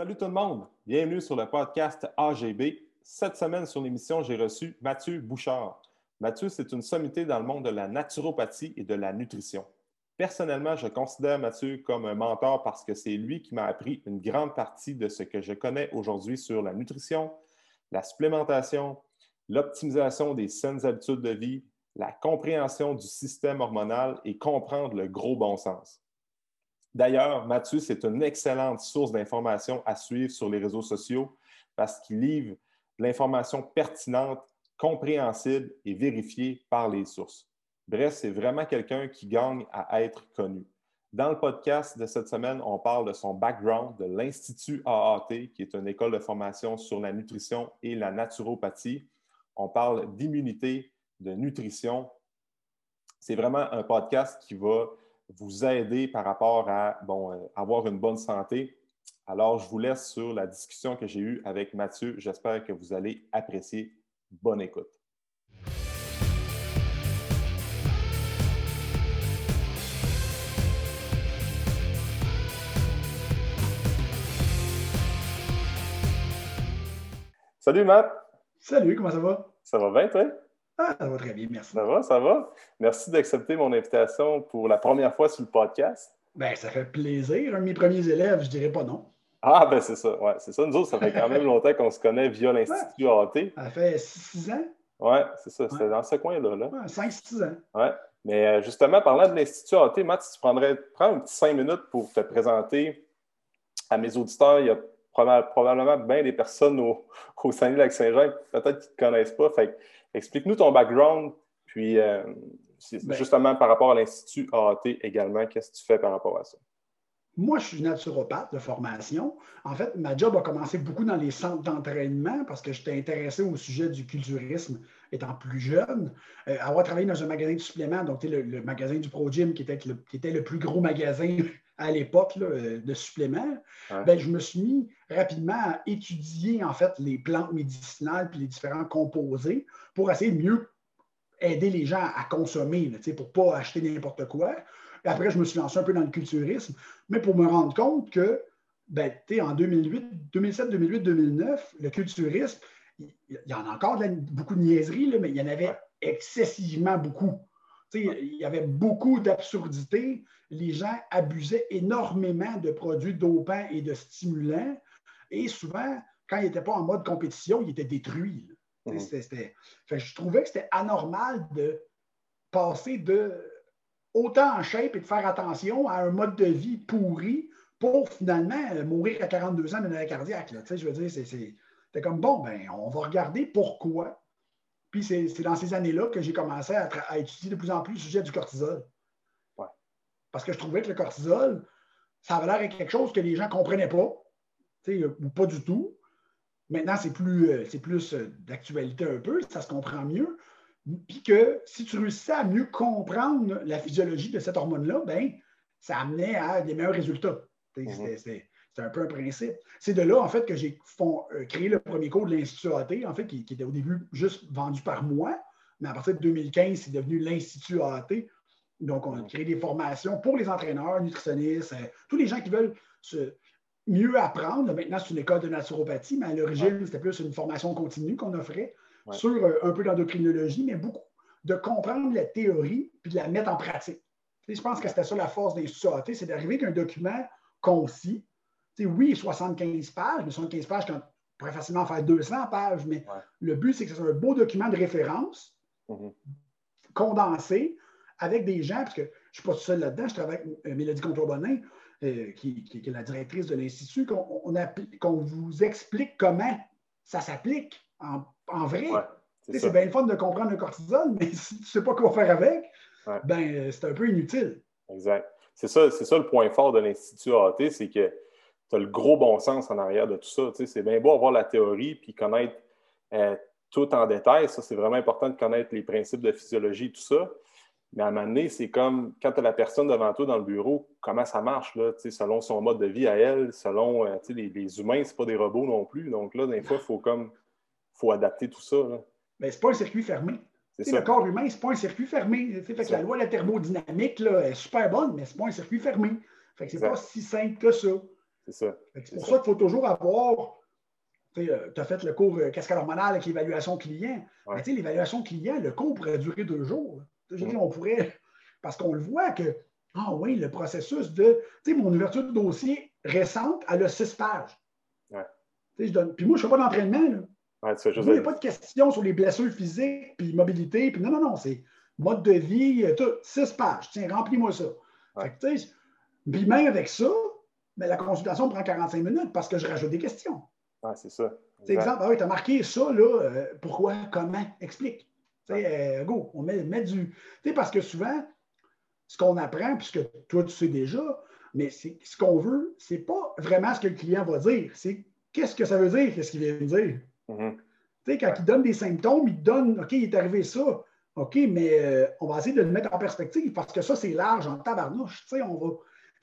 Salut tout le monde, bienvenue sur le podcast AGB. Cette semaine sur l'émission, j'ai reçu Mathieu Bouchard. Mathieu, c'est une sommité dans le monde de la naturopathie et de la nutrition. Personnellement, je considère Mathieu comme un mentor parce que c'est lui qui m'a appris une grande partie de ce que je connais aujourd'hui sur la nutrition, la supplémentation, l'optimisation des saines habitudes de vie, la compréhension du système hormonal et comprendre le gros bon sens. D'ailleurs, Mathieu, c'est une excellente source d'informations à suivre sur les réseaux sociaux parce qu'il livre de l'information pertinente, compréhensible et vérifiée par les sources. Bref, c'est vraiment quelqu'un qui gagne à être connu. Dans le podcast de cette semaine, on parle de son background, de l'Institut AAT, qui est une école de formation sur la nutrition et la naturopathie. On parle d'immunité, de nutrition. C'est vraiment un podcast qui va vous aider par rapport à avoir une bonne santé. Alors, je vous laisse sur la discussion que j'ai eue avec Mathieu. J'espère que vous allez apprécier. Bonne écoute. Salut Matt! Salut, comment ça va? Ça va bien, toi? Ah, ça va très bien, merci. Ça va, ça va. Merci d'accepter mon invitation pour la première fois sur le podcast. Ben, ça fait plaisir. Un de mes premiers élèves, je dirais pas non. Ah, ben c'est ça. Ouais, c'est ça. Nous autres, ça fait quand même longtemps qu'on se connaît via l'Institut AAT. Ça fait 6 ans. Oui, c'est ça. C'était dans ce coin-là. Là. Ouais, 5-6 ans. Oui. Mais justement, parlant de l'Institut AAT, Matt, si tu prends un petit 5 minutes pour te présenter à mes auditeurs, il y a probablement bien des personnes au Saguenay-Lac-Saint-Jean peut-être qui ne te connaissent pas. Fait explique-nous ton background, puis justement par rapport à l'Institut AAT également, qu'est-ce que tu fais par rapport à ça? Moi, je suis naturopathe de formation. En fait, ma job a commencé beaucoup dans les centres d'entraînement parce que j'étais intéressé au sujet du culturisme étant plus jeune. Avoir travaillé dans un magasin de suppléments, donc le magasin du ProGym, qui était le plus gros magasin à l'époque de suppléments, ouais. Ben, je me suis mis rapidement à étudier en fait les plantes médicinales et les différents composés pour essayer de mieux aider les gens à consommer, là, pour ne pas acheter n'importe quoi. Et après, je me suis lancé un peu dans le culturisme, mais pour me rendre compte que, ben, en 2007, 2008, 2009, le culturisme, il y en a encore beaucoup de niaiseries, là, mais il y en avait excessivement beaucoup. Il y avait beaucoup d'absurdités. Les gens abusaient énormément de produits dopants et de stimulants. Et souvent, quand ils n'étaient pas en mode compétition, ils étaient détruits. Je trouvais que c'était anormal de passer autant en shape et de faire attention à un mode de vie pourri pour finalement mourir à 42 ans d'une arrêt cardiaque. Je veux dire, c'était comme, bon, ben, on va regarder pourquoi. Puis c'est dans ces années-là que j'ai commencé à étudier de plus en plus le sujet du cortisol. Ouais. Parce que je trouvais que le cortisol, ça avait l'air de quelque chose que les gens ne comprenaient pas, ou pas du tout. Maintenant, c'est plus d'actualité un peu, ça se comprend mieux. Puis que si tu réussissais à mieux comprendre la physiologie de cette hormone-là, ben, ça amenait à des meilleurs résultats. C'était un peu un principe. C'est de là, en fait, que j'ai créé le premier cours de l'Institut AAT, en fait, qui était au début juste vendu par moi, mais à partir de 2015, c'est devenu l'Institut AAT. Donc, on a créé des formations pour les entraîneurs, nutritionnistes, tous les gens qui veulent mieux apprendre. Maintenant, c'est une école de naturopathie, mais à l'origine, c'était plus une formation continue qu'on offrait sur un peu d'endocrinologie, mais beaucoup de comprendre la théorie puis de la mettre en pratique. Je pense que c'était ça la force de l'Institut AAT, c'est d'arriver avec un document concis. Oui, 75 pages, mais 75 pages, on pourrait facilement faire 200 pages, mais le but, c'est que ce soit un beau document de référence, condensé, avec des gens, parce que je ne suis pas tout seul là-dedans, je travaille avec Mélodie Contour-Bonin, qui est la directrice de l'Institut, qu'on vous explique comment ça s'applique en vrai. Ouais, c'est bien le fun de comprendre le cortisol, mais si tu ne sais pas quoi faire avec, ben, c'est un peu inutile. Exact. C'est ça le point fort de l'Institut AAT, c'est que tu as le gros bon sens en arrière de tout ça. C'est bien beau avoir la théorie puis connaître tout en détail. Ça, c'est vraiment important de connaître les principes de physiologie et tout ça. Mais à un moment donné, c'est comme quand tu as la personne devant toi dans le bureau, comment ça marche, là, selon son mode de vie à elle, selon les humains, c'est pas des robots non plus. Donc là, des fois, faut adapter tout ça. Mais c'est pas un circuit fermé. Le corps humain, c'est pas un circuit fermé. Fait que la loi de la thermodynamique là, est super bonne, mais c'est pas un circuit fermé. Fait que c'est pas si simple que ça. C'est ça. C'est pour ça qu'il faut toujours avoir. Tu as fait le cours cascade hormonale avec l'évaluation client. Ouais. Mais l'évaluation client, le cours pourrait durer 2 jours. On pourrait, parce qu'on le voit que, ah oui, le processus de, mon ouverture de dossier récente, elle a 6 pages. Ouais. Puis moi, je ne fais pas d'entraînement. Ouais, il n'y a pas de questions sur les blessures physiques, puis mobilité, puis non, c'est mode de vie, tout, 6 pages. Tiens, remplis-moi ça. Ouais. Puis même avec ça, mais la consultation prend 45 minutes parce que je rajoute des questions. Ouais, c'est ça. C'est exemple, ah oui, tu as marqué ça, là, pourquoi, comment, explique. Go, on met du. Parce que souvent, ce qu'on apprend, puisque toi, tu sais déjà, mais ce qu'on veut, c'est pas vraiment ce que le client va dire, c'est qu'est-ce que ça veut dire, qu'est-ce qu'il vient de dire. Quand il donne des symptômes, il donne, OK, il est arrivé ça. OK, mais on va essayer de le mettre en perspective parce que ça, c'est large en tabarnouche. On va.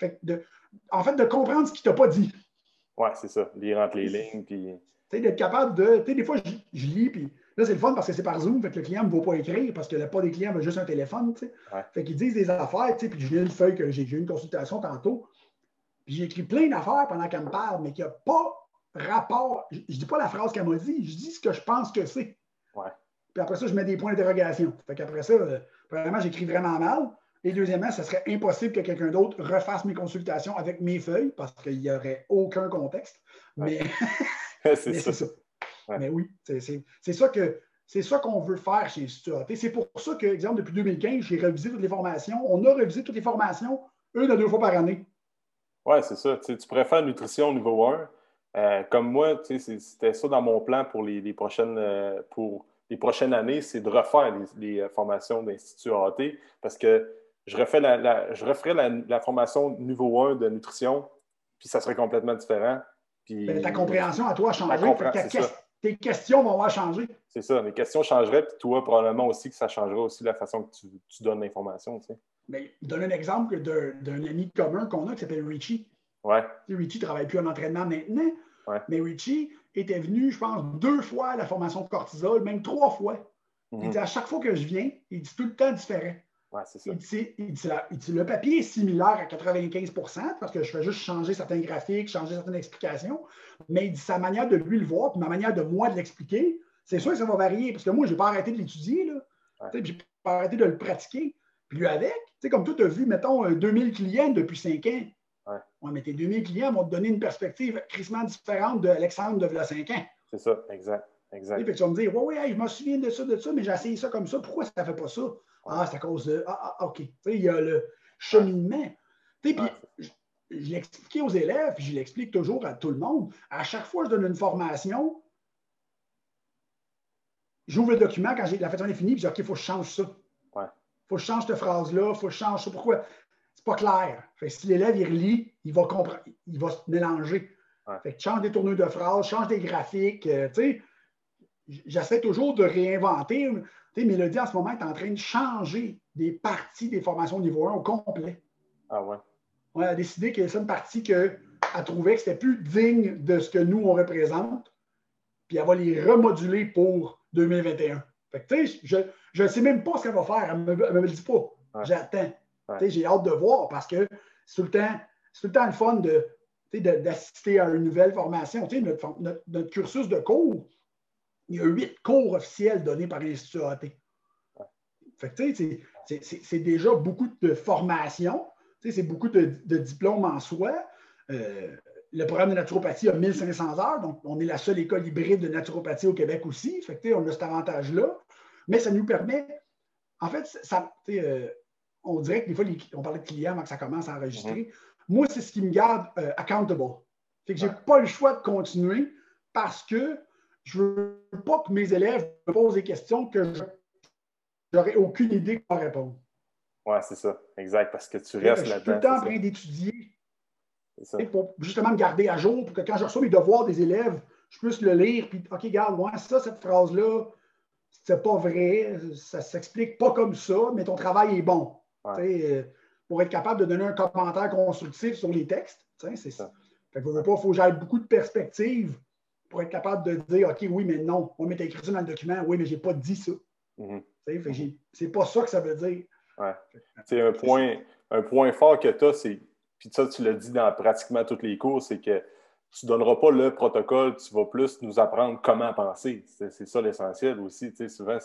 En fait, de comprendre ce qu'il ne t'a pas dit. Oui, c'est ça. Lire entre les lignes. Puis... d'être capable de. Des fois, je lis, puis là, c'est le fun parce que c'est par Zoom, fait que le client ne va pas écrire parce que la plupart des clients veulent juste un téléphone. Ouais. Fait qu'ils disent des affaires, puis je viens une feuille que j'ai eu une consultation tantôt. Puis j'ai écrit plein d'affaires pendant qu'elle me parle, mais qu'il n'y a pas rapport. Je ne dis pas la phrase qu'elle m'a dit, je dis ce que je pense que c'est. Ouais. Puis après ça, je mets des points d'interrogation. Fait qu'après ça, premièrement, j'écris vraiment mal. Et deuxièmement, ce serait impossible que quelqu'un d'autre refasse mes consultations avec mes feuilles parce qu'il n'y aurait aucun contexte. Mais, ouais. c'est ça. Ouais. Mais oui, c'est ça qu'on veut faire chez Stuart. C'est pour ça que, exemple, depuis 2015, j'ai révisé toutes les formations. On a révisé toutes les formations 1 à 2 fois par année. Oui, c'est ça. Tu pourrais faire nutrition niveau 1. Comme moi, c'était ça dans mon plan pour les prochaines années, c'est de refaire les formations d'Institut AAT parce que je referais la formation niveau 1 de nutrition, puis ça serait complètement différent. Puis, ta compréhension à toi a changé. Tes questions vont avoir changé. C'est ça. Les questions changeraient, puis toi, probablement aussi que ça changerait aussi la façon que tu donnes l'information. Mais donne un exemple d'un ami commun qu'on a qui s'appelle Richie. Ouais. Richie ne travaille plus en entraînement maintenant, mais Richie était venu, je pense, 2 fois à la formation de cortisol, même 3 fois. Il dit à chaque fois que je viens, il dit tout le temps différent. Ouais, c'est ça. Il dit le papier est similaire à 95 parce que je fais juste changer certains graphiques, changer certaines explications, mais il dit sa manière de lui le voir, puis ma manière de moi de l'expliquer, c'est sûr que ça va varier, parce que moi, je n'ai pas arrêté de l'étudier, là. Ouais. Je n'ai pas arrêté de le pratiquer. Puis lui avec, comme toi, tu as vu, mettons, 2000 clients depuis 5 ans. Ouais, mais tes 2000 clients vont te donner une perspective crissement différente d'Alexandre de 5 ans. C'est ça, exact. Puis tu vas me dire, oui, je me souviens de ça, mais j'ai essayé ça comme ça. Pourquoi ça ne fait pas ça? Ah, c'est à cause de. OK. Il y a le cheminement. Puis je l'expliquais aux élèves, puis je l'explique toujours à tout le monde. À chaque fois que je donne une formation, j'ouvre le document quand la formation est finie, puis je dis, OK, il faut que je change ça. Il faut que je change cette phrase-là, il faut que je change ça. Pourquoi? C'est pas clair. Fait que si l'élève, il relit, il va comprendre, il va se mélanger. Fait que change des tournures de phrases, change des graphiques. J'essaie toujours de réinventer. Mélodie, en ce moment, est en train de changer des parties des formations niveau 1 au complet. Ah ouais? On a décidé que c'est une partie qu'elle trouvait que c'était plus digne de ce que nous, on représente. Puis elle va les remoduler pour 2021. Fait que, je ne sais même pas ce qu'elle va faire. Elle ne me le dit pas. Ouais. J'attends. Ouais. J'ai hâte de voir parce que c'est tout le temps le fun d'assister à une nouvelle formation. Notre cursus de cours, il y a 8 cours officiels donnés par l'Institut AAT. Fait que, c'est déjà beaucoup de formation. C'est beaucoup de diplômes en soi. Le programme de naturopathie a 1500 heures, donc on est la seule école hybride de naturopathie au Québec aussi. Fait que, on a cet avantage-là. Mais ça nous permet, en fait, on dirait que des fois, on parlait de clients avant que ça commence à enregistrer. Moi, c'est ce qui me garde accountable. Fait que je n'ai pas le choix de continuer parce que je ne veux pas que mes élèves me posent des questions que je n'aurais aucune idée comment répondre. Oui, c'est ça. Exact. Parce que tu restes là-dedans. Je suis tout le temps en train d'étudier pour justement me garder à jour pour que quand je reçois mes devoirs des élèves, je puisse le lire. Puis, OK, regarde, moi, cette phrase-là, c'est pas vrai. Ça ne s'explique pas comme ça, mais ton travail est bon. Ouais. Pour être capable de donner un commentaire constructif sur les textes. C'est ça. Fait que il faut que j'aille beaucoup de perspectives pour être capable de dire OK, oui, mais non. On m'est écrit ça dans le document. Oui, mais je n'ai pas dit ça. C'est pas ça que ça veut dire. Ouais. Un point fort que tu as, c'est puis ça, tu l'as dit dans pratiquement tous les cours, c'est que tu ne donneras pas le protocole, tu vas plus nous apprendre comment penser. C'est ça l'essentiel aussi. Tu sais, souvent,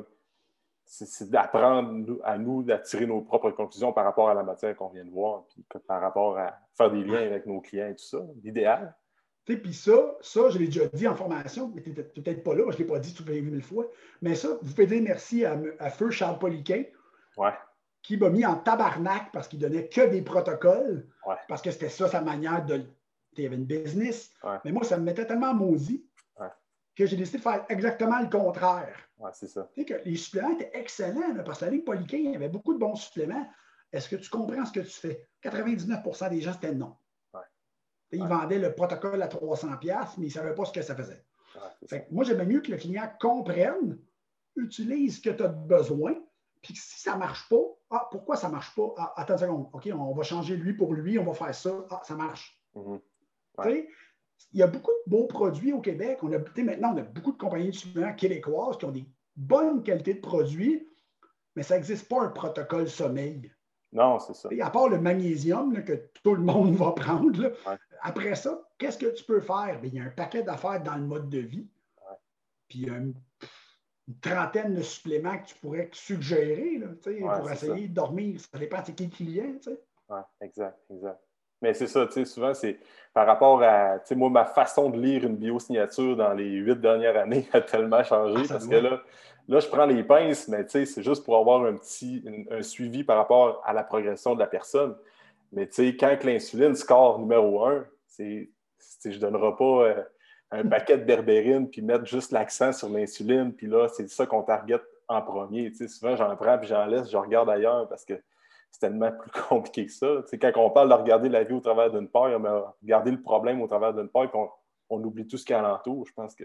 c'est d'apprendre à nous d'attirer nos propres conclusions par rapport à la matière qu'on vient de voir, puis par rapport à faire des liens avec nos clients et tout ça. L'idéal. Puis ça, je l'ai déjà dit en formation, mais tu n'étais peut-être pas là, je ne l'ai pas dit, tu l'as vu 1000 fois. Mais ça, vous pouvez dire merci à feu Charles Poliquin, Ouais. qui m'a mis en tabarnak parce qu'il donnait que des protocoles, ouais. parce que c'était ça sa manière de. Il y avait une business. Ouais. Mais moi, ça me mettait tellement maudit que j'ai décidé de faire exactement le contraire. Ouais, c'est ça. Tu sais que les suppléments étaient excellents, là, parce que la ligne Poliquin, il y avait beaucoup de bons suppléments. Est-ce que tu comprends ce que tu fais? 99% des gens, c'était non. Ils vendaient le protocole à 300$, mais ils ne savaient pas ce que ça faisait. Fait que moi, j'aimais mieux que le client comprenne, utilise ce que tu as besoin, puis si ça ne marche pas, pourquoi ça ne marche pas? Attends une seconde, OK, on va changer lui pour lui, on va faire ça. Ça marche. Il y a beaucoup de beaux produits au Québec. Maintenant, on a beaucoup de compagnies de suppléments québécoises qui ont des bonnes qualités de produits, mais ça n'existe pas un protocole sommeil. Non, c'est ça. Et à part le magnésium là, que tout le monde va prendre, là, après ça, qu'est-ce que tu peux faire? Bien, il y a un paquet d'affaires dans le mode de vie. Puis il y a une trentaine de suppléments que tu pourrais suggérer là, pour essayer de dormir. Ça dépend de qui le client. Oui, exact. Mais c'est ça, souvent, c'est par rapport à, moi, ma façon de lire une biosignature dans les 8 dernières années a tellement changé parce que là, je prends les pinces, mais c'est juste pour avoir un suivi par rapport à la progression de la personne. Mais quand l'insuline score numéro 1, je ne donnerai pas un paquet de berbérine puis mettre juste l'accent sur l'insuline, puis là, c'est ça qu'on target en premier. Souvent, j'en prends puis j'en laisse, je regarde ailleurs parce que c'est tellement plus compliqué que ça. Quand on parle de regarder la vie au travers d'une paille, regarder le problème au travers d'une paille, on oublie tout ce qui est alentour. Je pense que.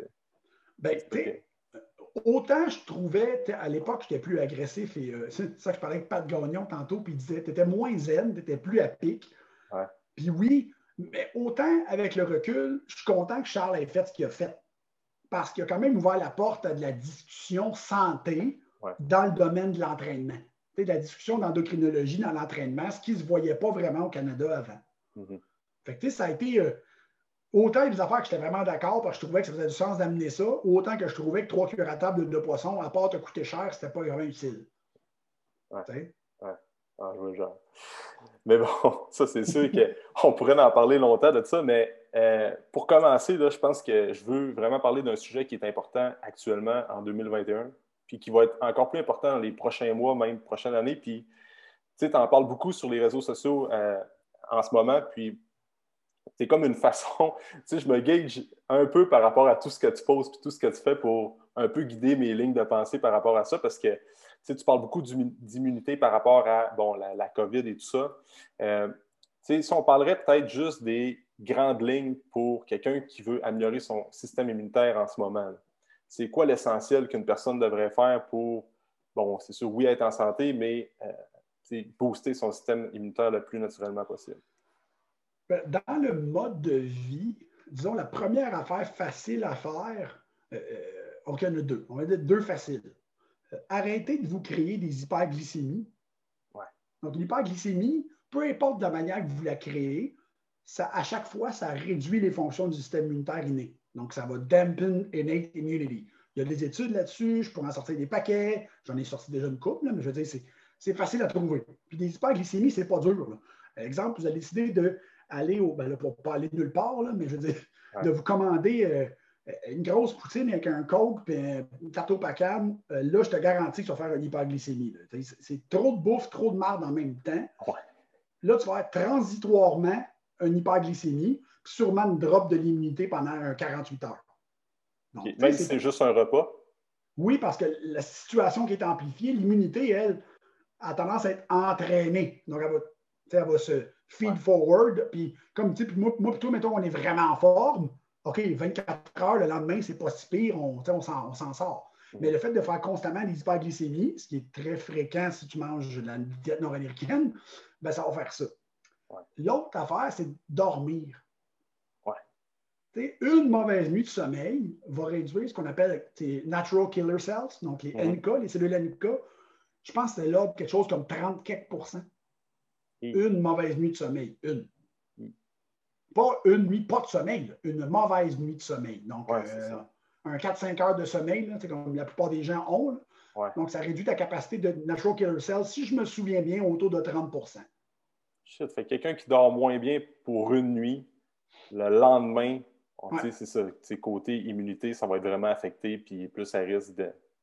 Autant je trouvais, à l'époque, j'étais plus agressif. Et c'est ça que je parlais avec Pat Gagnon tantôt, puis il disait tu étais moins zen, tu étais plus à pic. Puis oui, mais autant avec le recul, je suis content que Charles ait fait ce qu'il a fait. Parce qu'il a quand même ouvert la porte à de la discussion santé dans le domaine de l'entraînement. De la discussion d'endocrinologie dans l'entraînement, ce qui ne se voyait pas vraiment au Canada avant. Fait que, ça a été autant des affaires que j'étais vraiment d'accord parce que je trouvais que ça faisait du sens d'amener ça, autant que je trouvais que 3 cuillères à table de poisson, à part te coûter cher, c'était pas vraiment utile. Je vois genre. Mais bon, ça, c'est sûr qu'on pourrait en parler longtemps de ça, mais pour commencer, là, je pense que je veux vraiment parler d'un sujet qui est important actuellement en 2021, puis qui va être encore plus important dans les prochains mois, même prochaine année. Puis, tu en parles beaucoup sur les réseaux sociaux en ce moment, puis c'est comme une façon, je me gauge un peu par rapport à tout ce que tu poses puis tout ce que tu fais pour un peu guider mes lignes de pensée par rapport à ça, parce que tu parles beaucoup d'immunité par rapport à la COVID et tout ça. Si on parlerait peut-être juste des grandes lignes pour quelqu'un qui veut améliorer son système immunitaire en ce moment, c'est quoi l'essentiel qu'une personne devrait faire pour, c'est sûr, oui, être en santé, mais booster son système immunitaire le plus naturellement possible? Dans le mode de vie, disons, la première affaire facile à faire, donc il y en a deux. On va dire deux faciles. Arrêtez de vous créer des hyperglycémies. Donc, l'hyperglycémie, peu importe la manière que vous la créez, à chaque fois, ça réduit les fonctions du système immunitaire inné. Donc, ça va dampen innate immunity. Il y a des études là-dessus, je pourrais en sortir des paquets, j'en ai sorti déjà une couple, mais je veux dire, c'est facile à trouver. Puis des hyperglycémies, c'est pas dur. Par exemple, vous avez décidé d'aller pour pas aller nulle part, là, mais je veux dire, de vous commander une grosse poutine avec un coke et une tarte au pacam, là, je te garantis que tu vas faire une hyperglycémie. C'est trop de bouffe, trop de marde en même temps. Là, tu vas avoir transitoirement une hyperglycémie, puis sûrement une drop de l'immunité pendant 48 heures. Donc, même si c'est juste un repas? Oui, parce que la situation qui est amplifiée, l'immunité, elle, a tendance à être entraînée. Donc, elle va se feed forward. Puis, comme tu sais, moi, plutôt, mettons, on est vraiment en forme. OK, 24 heures, le lendemain, c'est pas si pire, on s'en sort. Mais le fait de faire constamment des hyperglycémies, ce qui est très fréquent si tu manges de la diète nord-américaine, ben, ça va faire ça. L'autre affaire, c'est dormir. Une mauvaise nuit de sommeil va réduire ce qu'on appelle les natural killer cells, donc les NK, les cellules NK. Je pense que c'est là quelque chose comme 30 quelques %. une mauvaise nuit de sommeil. Une. Mm. Pas une nuit, pas de sommeil, là. Une mauvaise nuit de sommeil. Donc, Ouais, un 4-5 heures de sommeil, là, comme la plupart des gens ont. Là. ouais. Donc, ça réduit ta capacité de natural killer cells, si je me souviens bien, autour de 30 Shit. Fait que quelqu'un qui dort moins bien pour une nuit, le lendemain, Ouais. c'est ça, côté immunité, ça va être vraiment affecté, puis plus à risque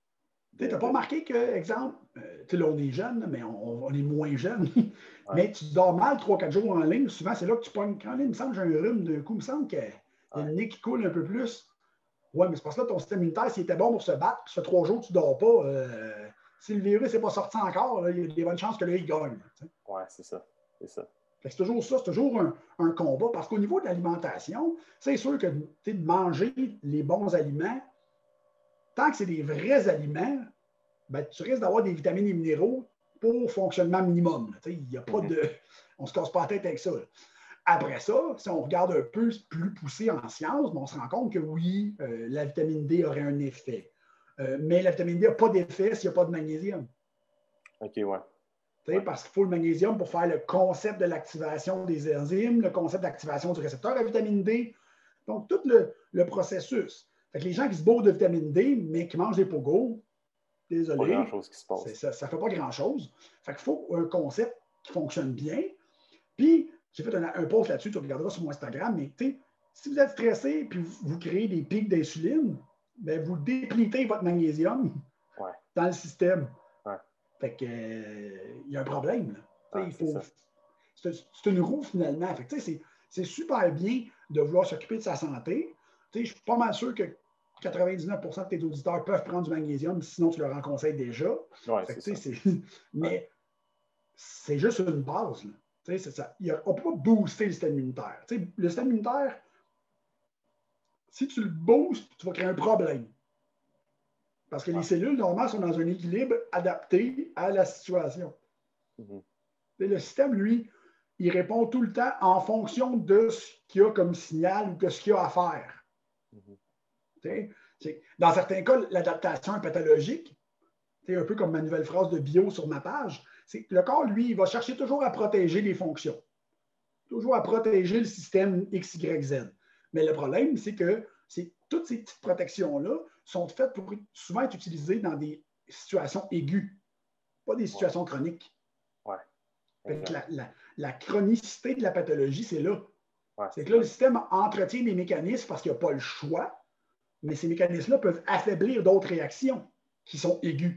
Tu n'as pas remarqué que, exemple, là, on est jeune, mais on est moins jeune, ouais, mais tu dors mal 3-4 jours en ligne, souvent, c'est là que tu pognes. Quand il me semble que j'ai un rhume d'un coup, il me semble qu'il y a le nez qui coule un peu plus. Oui, mais c'est parce que là, ton système immunitaire, s'il était bon pour se battre, puis ça fait 3 jours que tu ne dors pas, si le virus n'est pas sorti encore, là, il y a des bonnes chances que là, il gagne. ouais, c'est ça. C'est ça. C'est toujours ça, c'est toujours un combat. Parce qu'au niveau de l'alimentation, c'est sûr que de manger les bons aliments, tant que c'est des vrais aliments, ben, tu risques d'avoir des vitamines et minéraux pour fonctionnement minimum. Il n'y a pas de. On ne se casse pas la tête avec ça. Là. Après ça, si on regarde un peu plus poussé en sciences, on se rend compte que oui, la vitamine D aurait un effet. Mais la vitamine D n'a pas d'effet s'il n'y a pas de magnésium. OK, ouais. Parce qu'il faut le magnésium pour faire le concept de l'activation des enzymes, le concept d'activation du récepteur à vitamine D. Donc, tout le processus. Fait que les gens qui se bourrent de vitamine D, mais qui mangent des pogos, Pas désolé, grand-chose qui se passe. ça ne fait pas grand-chose. Fait qu'il faut un concept qui fonctionne bien. Puis, j'ai fait un post là-dessus, tu regarderas sur mon Instagram, mais si vous êtes stressé et vous créez des pics d'insuline, ben, vous déplitez votre magnésium dans le système. Ouais. Fait que, il y a un problème. Ouais, c'est une roue finalement. Fait que, c'est super bien de vouloir s'occuper de sa santé. Je suis pas mal sûr que 99% de tes auditeurs peuvent prendre du magnésium, sinon tu leur en conseilles déjà. Ouais, fait que, c'est ça. Mais c'est juste une base. Là. On ne peut pas booster le système immunitaire. Le système immunitaire, si tu le boostes, tu vas créer un problème. Parce que les cellules, normalement, sont dans un équilibre adapté à la situation. Mm-hmm. Le système, lui, il répond tout le temps en fonction de ce qu'il y a comme signal ou de ce qu'il y a à faire. Mm-hmm. Dans certains cas, l'adaptation est pathologique. Un peu comme ma nouvelle phrase de bio sur ma page. Le corps, lui, il va chercher toujours à protéger les fonctions. Toujours à protéger le système X, Y, Z. Mais le problème, c'est que toutes ces petites protections-là sont faites pour souvent être utilisées dans des situations aiguës, pas des situations chroniques. La chronicité de la pathologie, c'est là. C'est que là, le système entretient des mécanismes parce qu'il n'y a pas le choix, mais ces mécanismes-là peuvent affaiblir d'autres réactions qui sont aiguës.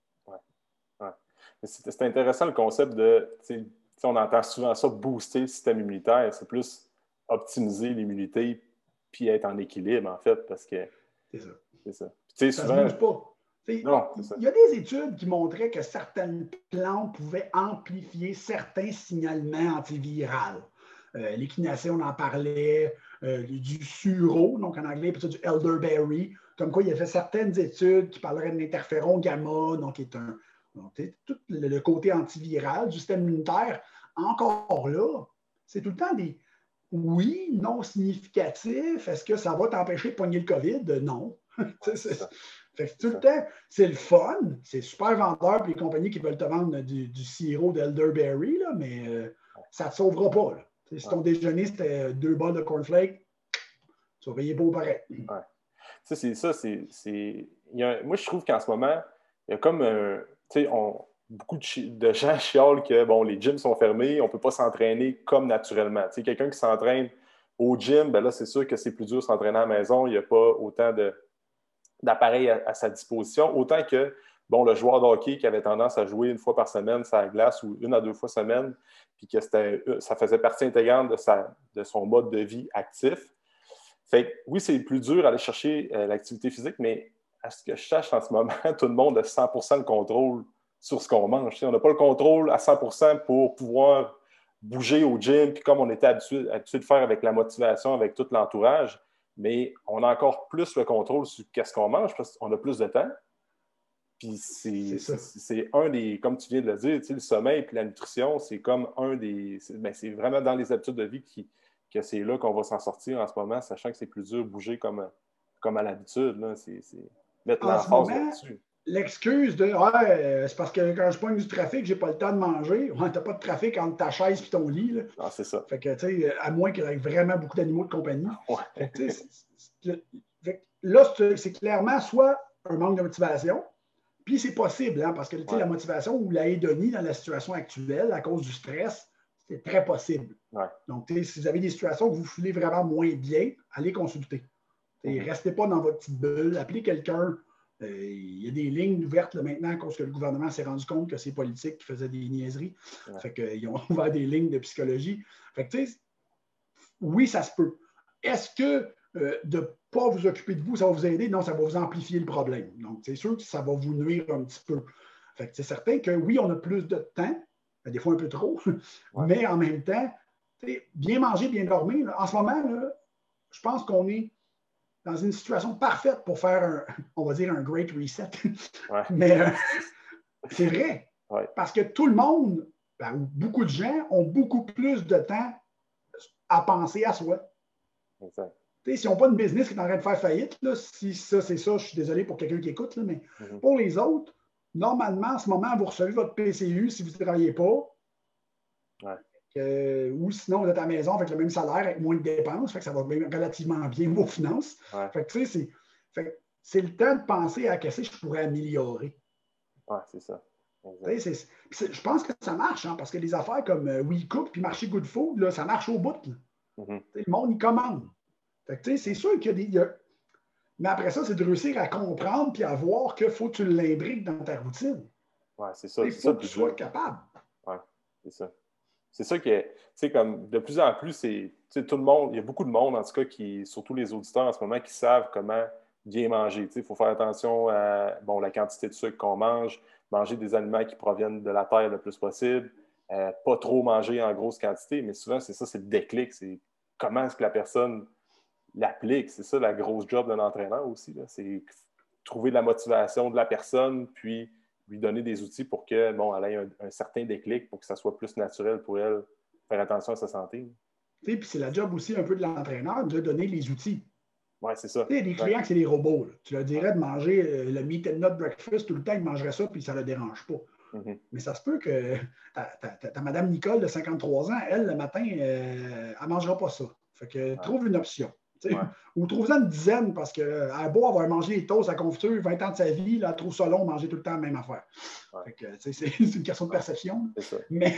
C'est intéressant le concept de, on entend souvent ça, booster le système immunitaire. C'est plus optimiser l'immunité puis être en équilibre, en fait, parce que... C'est ça. C'est ça. Ça ne se bouge pas. Non, c'est ça. Il y a des études qui montraient que certaines plantes pouvaient amplifier certains signalements antiviraux. L'échinacée, on en parlait, du sureau, donc en anglais, du elderberry, comme quoi il y a fait certaines études qui parleraient de l'interféron gamma, donc qui est tout le côté antiviral du système immunitaire. Encore là, c'est tout le temps des oui, non significatifs. Est-ce que ça va t'empêcher de pogner le COVID? Non. Fait que tout le temps, c'est le fun, c'est super vendeur pour les compagnies qui veulent te vendre du sirop d'elderberry, mais ça ne te sauvera pas. Là. Si ton déjeuner, c'était 2 bols de cornflakes, tu vas payer beau pareil. C'est ça, moi, je trouve qu'en ce moment, il y a comme beaucoup de gens chialent que bon, les gyms sont fermés, on ne peut pas s'entraîner comme naturellement. Quelqu'un qui s'entraîne au gym, ben là, c'est sûr que c'est plus dur de s'entraîner à la maison, il n'y a pas autant d'appareils à sa disposition, autant que bon, le joueur de hockey qui avait tendance à jouer 1 fois par semaine sur la glace ou 1 à 2 fois semaine, puis que ça faisait partie intégrante de son mode de vie actif. Fait que, oui, c'est plus dur d'aller chercher l'activité physique, mais à ce que je sache en ce moment, tout le monde a 100% de contrôle sur ce qu'on mange. On n'a pas le contrôle à 100% pour pouvoir bouger au gym, puis comme on était habitué de faire avec la motivation, avec tout l'entourage, mais on a encore plus le contrôle sur qu'est-ce qu'on mange parce qu'on a plus de temps. Puis c'est un des, comme tu viens de le dire, le sommeil et la nutrition, c'est comme un des... c'est vraiment dans les habitudes de vie que c'est là qu'on va s'en sortir en ce moment, sachant que c'est plus dur de bouger comme à l'habitude. C'est mettre l'emphase là-dessus. l'excuse de ouais, c'est parce que quand je pogne du trafic, j'ai pas le temps de manger. Ouais, t'as pas de trafic entre ta chaise et ton lit. Là. Non, c'est ça. Fait que, tu sais, à moins qu'il y ait vraiment beaucoup d'animaux de compagnie. Ouais. Fait que, tu sais, là, c'est clairement soit un manque de motivation, puis c'est possible, hein, parce que Ouais. la motivation ou la hédonie dans la situation actuelle, à cause du stress, c'est très possible. Ouais. Donc, si vous avez des situations où vous filez vraiment moins bien, allez consulter. Restez pas dans votre petite bulle, appelez quelqu'un. Il y a des lignes ouvertes là, maintenant à cause que le gouvernement s'est rendu compte que c'est politique qui faisaient des niaiseries. Ouais. Fait qu'ils ont ouvert des lignes de psychologie. Fait que, oui, ça se peut. Est-ce que de ne pas vous occuper de vous, ça va vous aider? Non, ça va vous amplifier le problème. Donc, c'est sûr que ça va vous nuire un petit peu. Fait que c'est certain que oui, on a plus de temps, des fois un peu trop, Ouais. mais en même temps, bien manger, bien dormir. Là, en ce moment, là, je pense qu'on est dans une situation parfaite pour faire, on va dire, un great reset. Ouais. Mais c'est vrai. Ouais. Parce que tout le monde, ou beaucoup de gens, ont beaucoup plus de temps à penser à soi. Exact. Si on n'a pas une business qui est en train de faire faillite, là, si ça, c'est ça, je suis désolé pour quelqu'un qui écoute, là, mais pour les autres, normalement, en ce moment, vous recevez votre PCU si vous ne travaillez pas. Ouais. Ou sinon, vous êtes à la maison avec le même salaire, avec moins de dépenses. Fait que ça va relativement bien vos finances. Ouais. Fait que, c'est le temps de penser à qu'est-ce que je pourrais améliorer. Ouais, c'est ça. Je pense que ça marche, hein, parce que les affaires comme WeCook puis Marché Good Food, là, ça marche au bout. Le monde, il commande. C'est sûr qu'il y a des. Mais après ça, c'est de réussir à comprendre puis à voir qu'il faut que tu l'imbriques dans ta routine. Ouais, c'est ça. Il faut que tu sois capable. Ouais, c'est ça. C'est ça que, tu sais, comme de plus en plus, tout le monde, il y a beaucoup de monde, en tout cas, surtout les auditeurs en ce moment, qui savent comment bien manger. Il faut faire attention à la quantité de sucre qu'on mange, manger des aliments qui proviennent de la terre le plus possible, pas trop manger en grosse quantité, mais souvent, c'est ça, c'est le déclic. C'est comment est-ce que la personne l'applique. C'est ça la grosse job d'un entraîneur aussi. C'est trouver la motivation de la personne, puis lui donner des outils pour que, elle ait un certain déclic pour que ça soit plus naturel pour elle, faire attention à sa santé. Puis c'est la job aussi un peu de l'entraîneur de donner les outils. Oui, c'est ça. Il y a des clients que c'est des robots. Là. Tu leur dirais de manger le meat and nut breakfast tout le temps, ils mangeraient ça, puis ça ne le dérange pas. Mais ça se peut que ta Madame Nicole de 53 ans, elle, le matin, elle ne mangera pas ça. Fait que trouve une option. Ouais. Ou trouve-en une dizaine parce qu'elle a beau avoir mangé les toasts à confiture 20 ans de sa vie, là, elle trouve ça long manger tout le temps la même affaire. Fait que, c'est une question de perception. Mais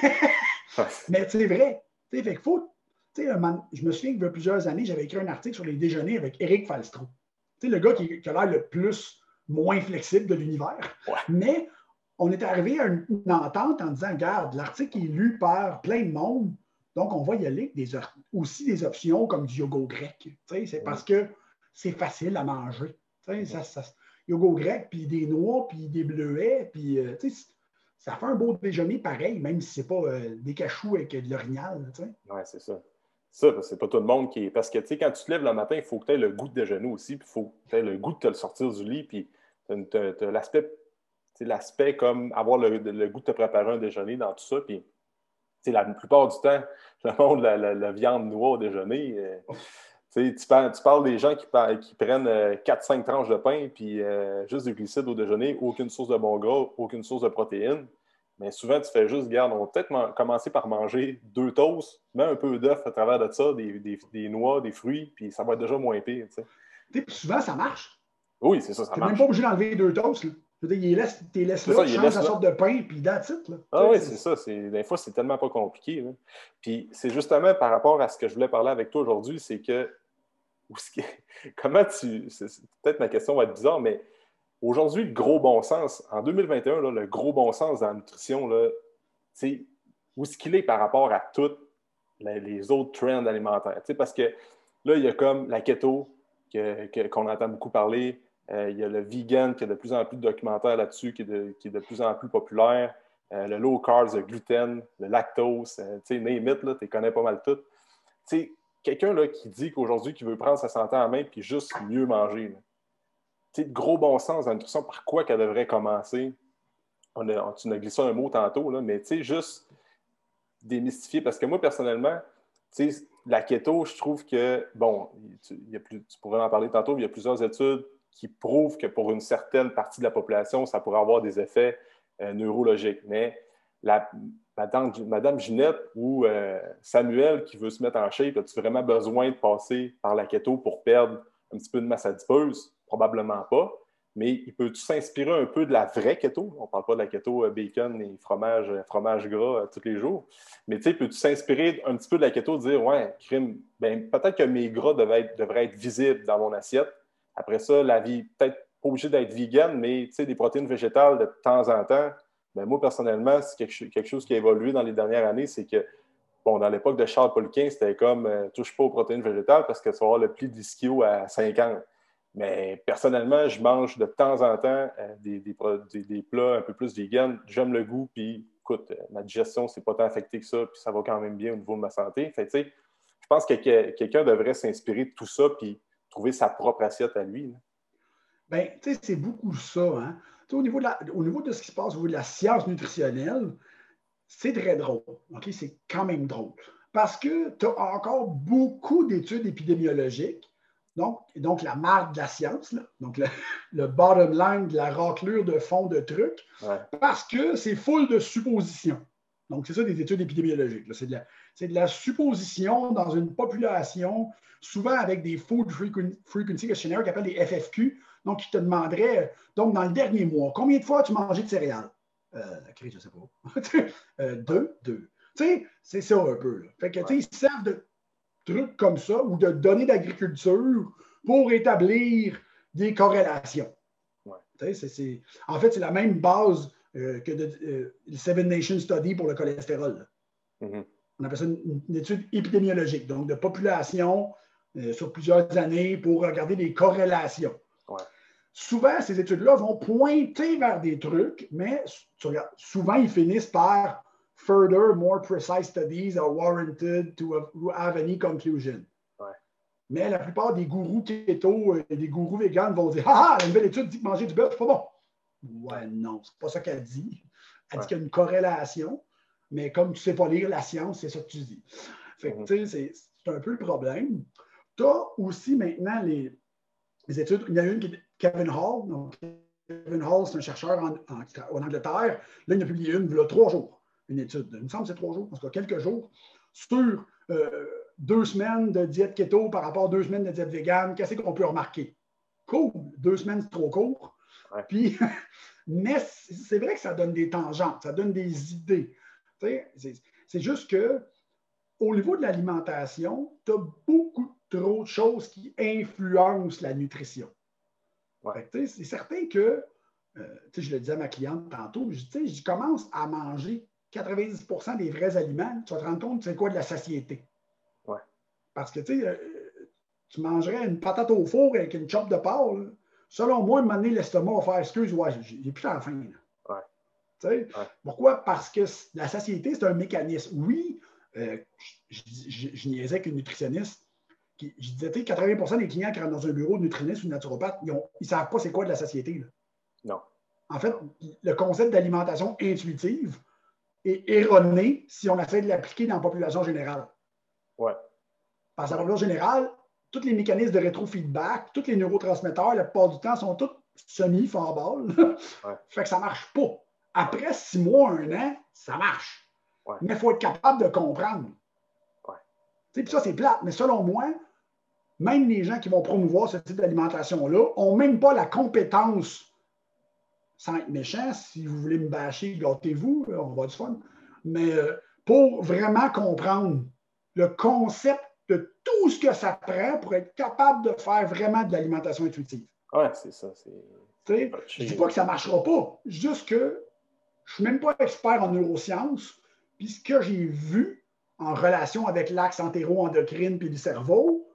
c'est vrai. Fait qu'il faut. Je me souviens qu'il y a plusieurs années, j'avais écrit un article sur les déjeuners avec Éric Falstro. Le gars qui a l'air le plus moins flexible de l'univers. Ouais. Mais on est arrivé à une entente en disant, regarde, l'article est lu par plein de monde, donc on va y aller aussi des options comme du yogourt grec. C'est parce que c'est facile à manger. Yogourt grec, puis des noix, puis des bleuets, puis ça fait un beau déjeuner pareil, même si c'est pas des cachous avec de l'orignal. Oui, c'est ça. Ça, c'est pas tout le monde qui est. Parce que, tu sais, quand tu te lèves le matin, il faut que tu aies le goût de déjeuner aussi, puis il faut que tu aies le goût de te le sortir du lit, puis tu as l'aspect comme avoir le goût de te préparer un déjeuner dans tout ça, puis la plupart du temps, le monde, la viande noire au déjeuner, tu parles des gens qui prennent 4-5 tranches de pain, puis juste du glucides au déjeuner, aucune source de bon gras, aucune source de protéines. Mais souvent, tu fais juste, regarde, on va peut-être commencer par manger 2 toasts, mets un peu d'œuf à travers de ça, des noix, des fruits, puis ça va être déjà moins pire. Puis souvent, ça marche. Oui, c'est ça, ça marche. Tu n'es même pas obligé d'enlever 2 toasts. Tu les laisses là, tu changes la sorte de pain, puis that's it. Là. Ah oui, c'est ça. Des fois, c'est tellement pas compliqué. Là. Puis c'est justement par rapport à ce que je voulais parler avec toi aujourd'hui, c'est que comment peut-être ma question va être bizarre, mais aujourd'hui, le gros bon sens, en 2021, là, le gros bon sens dans la nutrition, là, où est-ce qu'il est par rapport à tous les autres trends alimentaires? Parce que là, il y a comme la keto qu'on entend beaucoup parler. Il y a le vegan qui a de plus en plus de documentaires là-dessus, qui est de plus en plus populaire. Le low carbs, le gluten, le lactose, name it, tu les connais pas mal toutes. Quelqu'un là, qui dit qu'aujourd'hui, qui veut prendre sa santé en main puis juste mieux manger. De gros bon sens dans la nutrition, par quoi qu'elle devrait commencer? Tu as glissé un mot tantôt, là, mais juste démystifier. Parce que moi, personnellement, la keto, je trouve que, tu pourrais en parler tantôt, il y a plusieurs études qui prouvent que pour une certaine partie de la population, ça pourrait avoir des effets neurologiques. Mais Madame Ginette ou Samuel qui veut se mettre en shape, as-tu vraiment besoin de passer par la keto pour perdre un petit peu de masse adipeuse? Probablement pas. Mais peux-tu s'inspirer un peu de la vraie keto? On ne parle pas de la keto bacon et fromage gras tous les jours. Mais peux-tu s'inspirer un petit peu de la keto, dire, ouais, crime, ben, peut-être que mes gras devraient être visibles dans mon assiette. Après ça, la vie, peut-être pas obligé d'être vegan, mais des protéines végétales de temps en temps. Ben, moi, personnellement, c'est quelque chose qui a évolué dans les dernières années, c'est que, bon, dans l'époque de Charles Poliquin, c'était comme touche pas aux protéines végétales parce que tu vas avoir le pli d'ischio à 50. Mais personnellement, je mange de temps en temps des plats un peu plus vegan. J'aime le goût, puis écoute, ma digestion, c'est pas tant affecté que ça, puis ça va quand même bien au niveau de ma santé. Fait, je pense que quelqu'un devrait s'inspirer de tout ça, puis trouver sa propre assiette à lui. Bien, c'est beaucoup ça. Hein? Au niveau de ce qui se passe au niveau de la science nutritionnelle, c'est très drôle. Okay? C'est quand même drôle. Parce que tu as encore beaucoup d'études épidémiologiques. Donc la marque de la science, là, donc le bottom line de la raclure de fond de trucs, ouais. Parce que c'est full de suppositions. Donc, c'est ça des études épidémiologiques. C'est de la supposition dans une population, souvent avec des food frequency questionnaires qu'on appelle des FFQ, donc qui te demanderaient, donc dans le dernier mois, combien de fois as-tu mangé de céréales? Je ne sais pas. Deux. Tu sais, c'est ça un peu. Là. Fait que, tu sais, ils servent de trucs comme ça ou de données d'agriculture pour établir des corrélations. Ouais. En fait, c'est la même base que le Seven Nation Study pour le cholestérol. Mm-hmm. On appelle ça une étude épidémiologique, donc de population sur plusieurs années pour regarder des corrélations. Ouais. Souvent, ces études-là vont pointer vers des trucs, mais souvent, ils finissent par further, more precise studies are warranted to have any conclusion. Ouais. Mais la plupart des gourous keto et des gourous véganes vont dire ah, la nouvelle étude dit que manger du bœuf, c'est pas bon. Ouais, non, c'est pas ça qu'elle dit. Elle dit qu'il y a une corrélation, mais comme tu ne sais pas lire la science, c'est ça que tu dis. Fait que, tu sais, c'est un peu le problème. Tu as aussi maintenant les études. Il y en a une qui est Kevin Hall. Donc, Kevin Hall, c'est un chercheur en Angleterre. Là, il a publié une, il y a 3 jours, une étude. Il me semble que c'est 3 jours, en tout cas quelques jours, sur 2 semaines de diète keto par rapport à 2 semaines de diète végane. Qu'est-ce qu'on peut remarquer? Cool. 2 semaines, c'est trop court. Ouais. Puis, mais c'est vrai que ça donne des tangentes, ça donne des idées. C'est juste que au niveau de l'alimentation, tu as beaucoup trop de choses qui influencent la nutrition. Ouais. C'est certain que, je le disais à ma cliente tantôt, je commence à manger 90% des vrais aliments, tu vas te rendre compte c'est quoi de la satiété. Ouais. Parce que tu mangerais une patate au four avec une chope de porc, là. Selon moi, à un moment donné, l'estomac va faire excuse, ouais, j'ai plus la faim. Ouais. Pourquoi? Parce que la satiété, c'est un mécanisme. Oui, je niaisais qu'une nutritionniste, je disais, 80% des clients qui rentrent dans un bureau de nutritionniste ou de naturopathe, ils ne savent pas c'est quoi de la satiété. Là. Non. En fait, le concept d'alimentation intuitive est erroné si on essaie de l'appliquer dans la population générale. Ouais. Parce que la population générale, tous les mécanismes de rétrofeedback, tous les neurotransmetteurs, la plupart du temps, sont tous semi-fort-ball. Ouais. Fait que ça ne marche pas. Après 6 mois, 1 an, ça marche. Ouais. Mais il faut être capable de comprendre. Ouais. Puis ça, c'est plate. Mais selon moi, même les gens qui vont promouvoir ce type d'alimentation-là n'ont même pas la compétence, sans être méchant, si vous voulez me bâcher, gâtez-vous, on va avoir du fun, mais pour vraiment comprendre le concept de tout ce que ça prend pour être capable de faire vraiment de l'alimentation intuitive. Ouais, c'est ça. Je ne dis pas que ça ne marchera pas, juste que je ne suis même pas expert en neurosciences, puis ce que j'ai vu en relation avec l'axe entéro-endocrine puis le cerveau,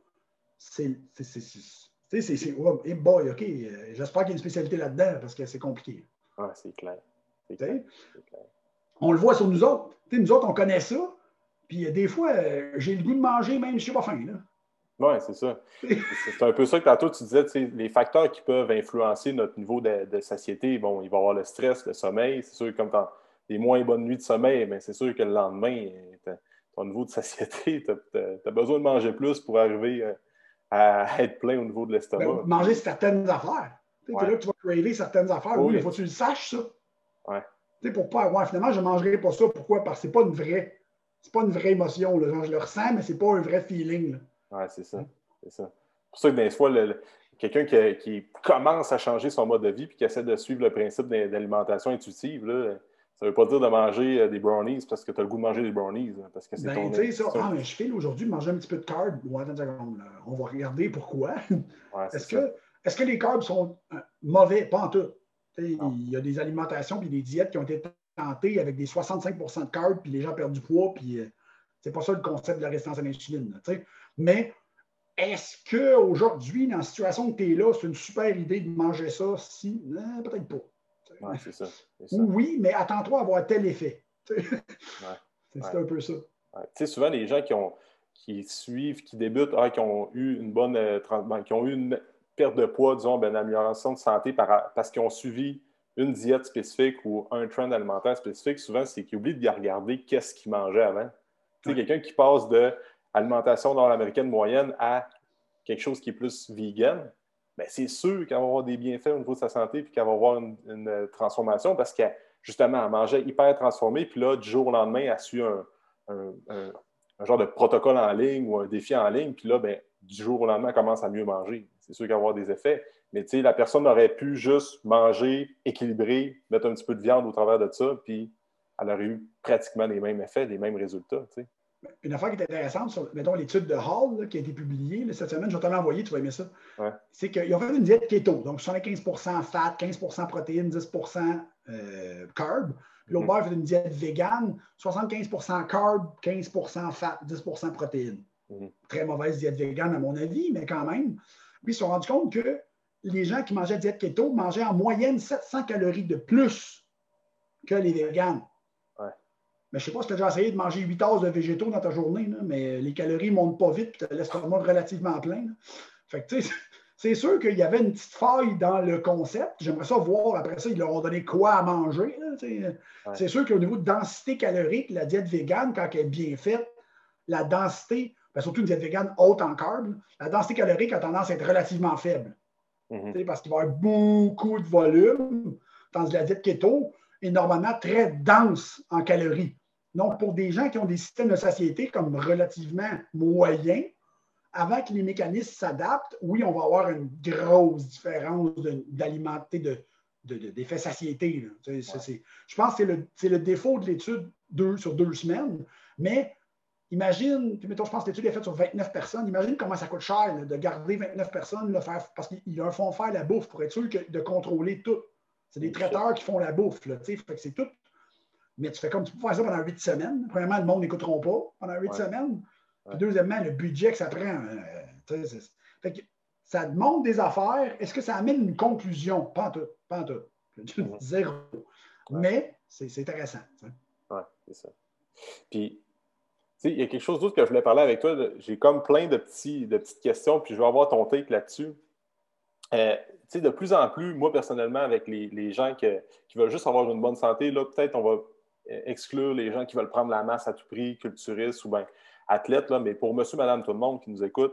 oh, hey boy, OK, j'espère qu'il y a une spécialité là-dedans parce que c'est compliqué. Ouais, c'est clair. C'est clair. On le voit sur nous autres. Nous autres, on connaît ça. Puis des fois, j'ai le goût de manger même si je ne suis pas faim. Oui, c'est ça. C'est un peu ça que tantôt tu disais, les facteurs qui peuvent influencer notre niveau de satiété. Bon, il va y avoir le stress, le sommeil. C'est sûr que comme tu as des moins bonnes nuits de sommeil, mais c'est sûr que le lendemain, ton niveau de satiété, tu as besoin de manger plus pour arriver à être plein au niveau de l'estomac. Manger certaines affaires. C'est là que tu vas craver certaines affaires. Oui, mais il faut que tu le saches, ça. Ouais. Pour pas avoir, finalement, je ne mangerai pas ça. Pourquoi? Parce que c'est pas une vraie émotion. Là. Genre, je le ressens, mais c'est pas un vrai feeling. Oui, c'est ça. C'est ça. C'est pour ça que des fois, quelqu'un qui commence à changer son mode de vie et qui essaie de suivre le principe d'alimentation intuitive, là, ça ne veut pas dire de manger des brownies parce que tu as le goût de manger des brownies. Parce que c'est ton... Tu sais, ça. Mais je file aujourd'hui de manger un petit peu de carbs. Ouais, attends une seconde. On va regarder pourquoi. Est-ce que les carbs sont mauvais? Pas en tout. Il y a des alimentations et des diètes qui ont été tentées avec des 65 de carbs, puis les gens perdent du poids, puis c'est pas ça le concept de la résistance à l'insuline. Mais est-ce qu'aujourd'hui, dans la situation que tu es là, c'est une super idée de manger ça? Si, peut-être pas. C'est ça. Oui, mais attends-toi à avoir tel effet. C'est un peu ça. Souvent, les gens qui suivent, qui débutent, qui ont eu une bonne qui ont eu une perte de poids, disons, une amélioration de santé parce qu'ils ont suivi une diète spécifique ou un trend alimentaire spécifique, souvent, c'est qu'ils oublient de regarder qu'est-ce qu'ils mangeaient avant. Quelqu'un qui passe de alimentation nord-américaine moyenne à quelque chose qui est plus vegan, bien, c'est sûr qu'elle va avoir des bienfaits au niveau de sa santé puis qu'elle va avoir une transformation parce qu'elle, justement, elle mangeait hyper transformée puis là, du jour au lendemain, elle suit un genre de protocole en ligne ou un défi en ligne puis là, bien, du jour au lendemain, elle commence à mieux manger. C'est sûr qu'il va y avoir des effets, mais tu sais, la personne aurait pu juste manger, équilibrer, mettre un petit peu de viande au travers de ça puis elle aurait eu pratiquement les mêmes effets, les mêmes résultats, tu sais. Une affaire qui est intéressante sur, mettons, l'étude de Hall là, qui a été publiée là, cette semaine, je vais te l'envoyer, tu vas aimer ça. C'est qu'ils ont fait une diète keto, donc 75% fat, 15% protéines, 10% carb. Puis l'autre bord a fait une diète végane, 75% carb, 15% fat, 10% protéines. Très mauvaise diète végane à mon avis, mais quand même. Puis ils se sont rendus compte que les gens qui mangeaient diète keto mangeaient en moyenne 700 calories de plus que les véganes. Mais je ne sais pas si tu as déjà essayé de manger 8 tasses de végétaux dans ta journée, là, mais les calories ne montent pas vite et tu as l'estomac relativement plein. Là. Fait que, c'est sûr qu'il y avait une petite faille dans le concept. J'aimerais ça voir, après ça, ils leur ont donné quoi à manger. Là, c'est sûr qu'au niveau de densité calorique, la diète végane, quand elle est bien faite, la densité, surtout une diète végane haute en carbs, la densité calorique a tendance à être relativement faible. Parce qu'il va y avoir beaucoup de volume. Dans la diète keto est normalement très dense en calories. Donc, pour des gens qui ont des systèmes de satiété comme relativement moyens, avant que les mécanismes s'adaptent, oui, on va avoir une grosse différence d'alimenter, d'effet satiété. Je pense que c'est le défaut de l'étude sur 2 semaines, mais imagine, puis mettons, je pense que l'étude est faite sur 29 personnes, imagine comment ça coûte cher là, de garder 29 personnes, parce qu'ils leur font faire la bouffe pour être sûr de contrôler tout. C'est des traiteurs qui font la bouffe, là, fait que c'est tout. Mais tu fais comme tu peux faire ça pendant 8 semaines. Premièrement, le monde n'écouteront pas pendant 8 semaines. Puis deuxièmement, le budget que ça prend. Fait que ça demande des affaires. Est-ce que ça amène une conclusion? Pas en tout. Pas en tout. Zéro. Mais c'est intéressant. Oui, c'est ça. Puis, il y a quelque chose d'autre que je voulais parler avec toi. J'ai comme plein de petites questions, puis je vais avoir ton take là-dessus. De plus en plus, moi, personnellement, avec les gens qui veulent juste avoir une bonne santé, là, peut-être on va exclure les gens qui veulent prendre la masse à tout prix, culturistes ou bien athlètes, là, mais pour monsieur, madame, tout le monde qui nous écoute,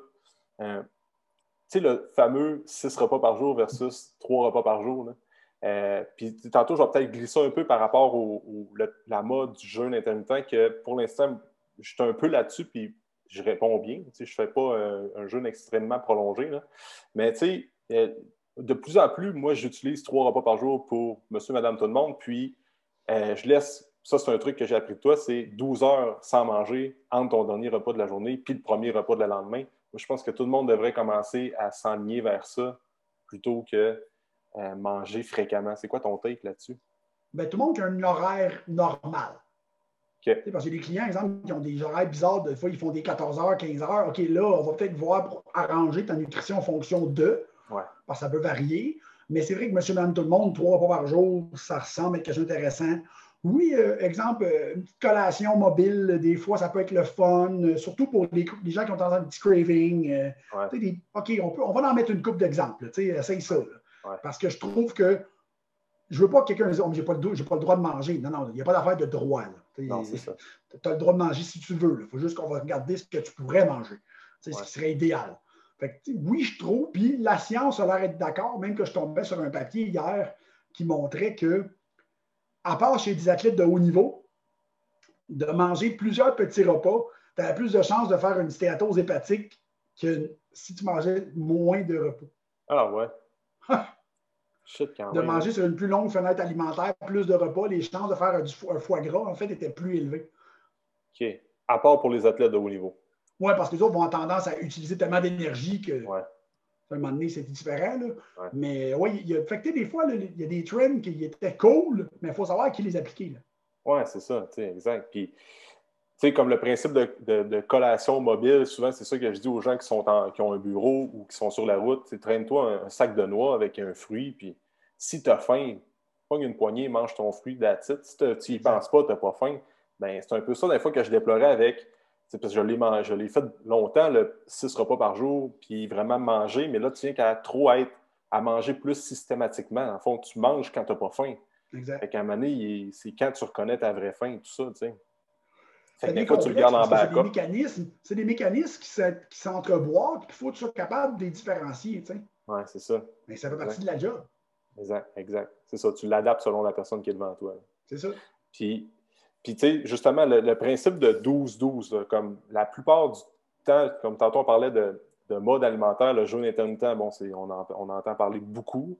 le fameux 6 repas par jour versus 3 repas par jour. Puis tantôt, je vais peut-être glisser un peu par rapport la mode du jeûne intermittent, que pour l'instant, je suis un peu là-dessus, puis je réponds bien. Je ne fais pas un jeûne extrêmement prolongé. Là. Mais de plus en plus, moi, j'utilise 3 repas par jour pour monsieur, madame, tout le monde, puis je laisse, ça c'est un truc que j'ai appris de toi, c'est 12 heures sans manger entre ton dernier repas de la journée puis le premier repas de le lendemain. Moi, je pense que tout le monde devrait commencer à s'enligner vers ça plutôt que manger fréquemment. C'est quoi ton take là-dessus? Bien, tout le monde a un horaire normal. Okay. Parce qu'il y a des clients, exemple, qui ont des horaires bizarres. Des fois, ils font des 14 heures, 15 heures. OK, là, on va peut-être voir pour arranger ta nutrition en fonction de. Parce que ça peut varier. Mais c'est vrai que monsieur, madame, tout le monde, 3 repas par jour, ça ressemble à quelque chose d'intéressant. Oui, exemple, une petite collation mobile, des fois, ça peut être le fun, surtout pour les gens qui ont tendance à un petit craving. OK, on va en mettre une couple d'exemples. Essaye ça. Parce que je trouve que je ne veux pas que quelqu'un dise oh, j'ai pas le droit de manger. Non, il n'y a pas d'affaire de droit. Non, c'est ça. Tu as le droit de manger si tu veux. Il faut juste qu'on va regarder ce que tu pourrais manger. Ce qui serait idéal. Fait que, oui, je trouve, puis la science a l'air d'être d'accord, même que je tombais sur un papier hier qui montrait que, à part chez des athlètes de haut niveau, de manger plusieurs petits repas, tu as plus de chances de faire une stéatose hépatique que si tu mangeais moins de repas. Ah ouais. Shit, quand De même. manger sur une plus longue fenêtre alimentaire, plus de repas, les chances de faire un foie gras, en fait, étaient plus élevées. OK. À part pour les athlètes de haut niveau. Oui, parce que les autres vont avoir tendance à utiliser tellement d'énergie que, Ouais. à un moment donné, c'est différent. Là. Ouais. Mais oui, des fois, là, il y a des trends qui étaient cool, mais il faut savoir qui les appliquer. Oui, c'est ça, exact. Puis, comme le principe de collation mobile, souvent, c'est ça que je dis aux gens qui ont un bureau ou qui sont sur la route. Traîne-toi un sac de noix avec un fruit, puis si tu as faim, pogne une poignée, mange ton fruit, that's it. Si tu n'y penses pas, tu n'as pas faim. Ben, c'est un peu ça, des fois, que je déplorais avec. Parce que je l'ai fait longtemps, 6 repas par jour, puis vraiment manger, mais là, tu viens qu'à trop être à manger plus systématiquement. En fond, tu manges quand tu n'as pas faim. Exact. Fait qu'à un moment donné, c'est quand tu reconnais ta vraie faim, tout ça, tu sais. Fait Ça que des devient fois, tu le complexe gardes en parce que backup. c'est des mécanismes qui s'entreboîtent, puis il faut que tu sois capable de les différencier. Oui, c'est ça. Mais ça fait Exact. partie de la job. Exact. C'est ça. Tu l'adaptes selon la personne qui est devant toi. C'est ça. Puis tu sais, justement, le principe de 12-12, comme la plupart du temps, comme tantôt on parlait de mode alimentaire, le jeûne intermittent, bon, on entend parler beaucoup.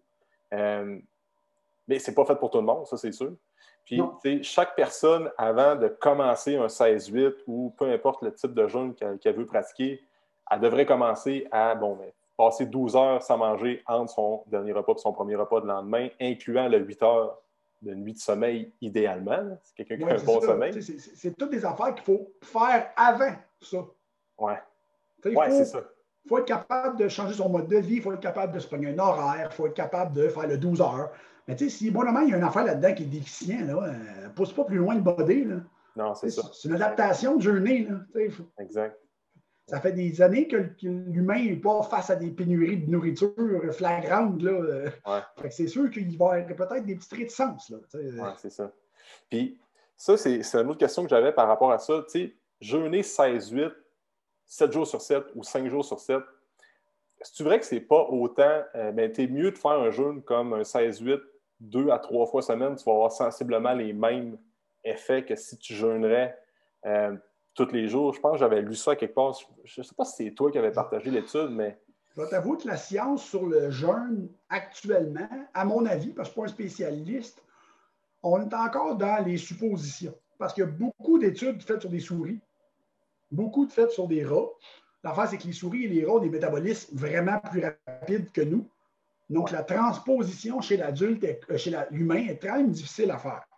Mais c'est pas fait pour tout le monde, ça, c'est sûr. Puis, tu sais, chaque personne, avant de commencer un 16-8 ou peu importe le type de jeûne qu'elle veut pratiquer, elle devrait commencer à, passer 12 heures sans manger entre son dernier repas et son premier repas de lendemain, incluant le 8 heures de nuit de sommeil, idéalement. C'est quelqu'un qui a un bon sommeil. C'est toutes des affaires qu'il faut faire avant ça. Ouais. C'est ça. Il faut être capable de changer son mode de vie, il faut être capable de se prendre un horaire, il faut être capable de faire le 12 heures. Mais tu sais, si bonnement, il y a une affaire là-dedans qui est déficient, là, pousse pas plus loin de body. Là. Non, c'est ça. C'est une adaptation de journée. Là, exact. Ça fait des années que l'humain n'est pas face à des pénuries de nourriture flagrantes. Là. Fait que c'est sûr qu'il va y avoir peut-être des petites réticences. Oui, c'est ça. Puis ça, c'est une autre question que j'avais par rapport à ça. Tu sais, jeûner 16-8, 7 jours sur 7 ou 5 jours sur 7, c'est vrai que c'est pas autant, mais tu es mieux de faire un jeûne comme un 16-8, 2 à 3 fois semaine, tu vas avoir sensiblement les mêmes effets que si tu jeûnerais tous les jours. Je pense que j'avais lu ça quelque part. Je ne sais pas si c'est toi qui avais partagé l'étude, mais... Je vais t'avouer que la science sur le jeûne actuellement, à mon avis, parce que je ne suis pas un spécialiste, on est encore dans les suppositions. Parce qu'il y a beaucoup d'études faites sur des souris, beaucoup de faites sur des rats. L'affaire, c'est que les souris et les rats ont des métabolismes vraiment plus rapides que nous. Donc, la transposition chez l'adulte, chez l'humain, est quand même difficile à faire.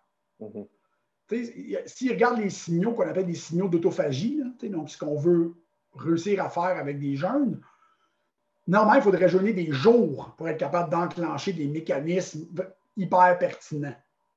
S'ils regardent les signaux qu'on appelle des signaux d'autophagie, donc ce qu'on veut réussir à faire avec des jeûnes, normalement, il faudrait jeûner des jours pour être capable d'enclencher des mécanismes hyper pertinents.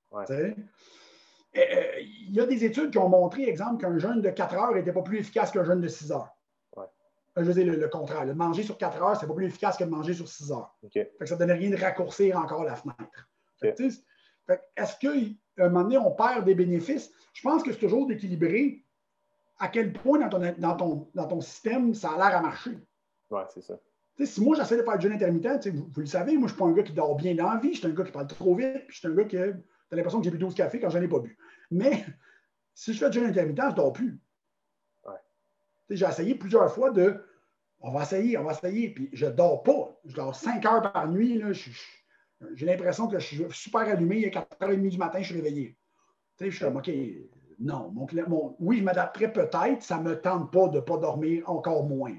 Il y a des études qui ont montré, exemple, qu'un jeûne de 4 heures n'était pas plus efficace qu'un jeûne de 6 heures. Je veux dire le contraire. Le manger sur 4 heures, c'est pas plus efficace que de manger sur 6 heures. Fait que ça ne donnait rien de raccourcir encore la fenêtre. Est-ce qu'à un moment donné, on perd des bénéfices? Je pense que c'est toujours d'équilibrer à quel point dans ton système ça a l'air à marcher. Oui, c'est ça. Si moi, j'essaie de faire du jeûne intermittent, vous le savez, moi, je ne suis pas un gars qui dort bien dans la vie, je suis un gars qui parle trop vite, puis je suis un gars qui a l'impression que j'ai bu 12 cafés quand je n'en ai pas bu. Mais si je fais du jeûne intermittent, je ne dors plus. J'ai essayé plusieurs fois on va essayer, puis je ne dors pas. Je dors 5 heures par nuit. Là, j'ai l'impression que je suis super allumé. Il est 4h30 du matin, je suis réveillé. Je suis comme, OK, non. Oui, je m'adapterais peut-être. Ça ne me tente pas de ne pas dormir encore moins.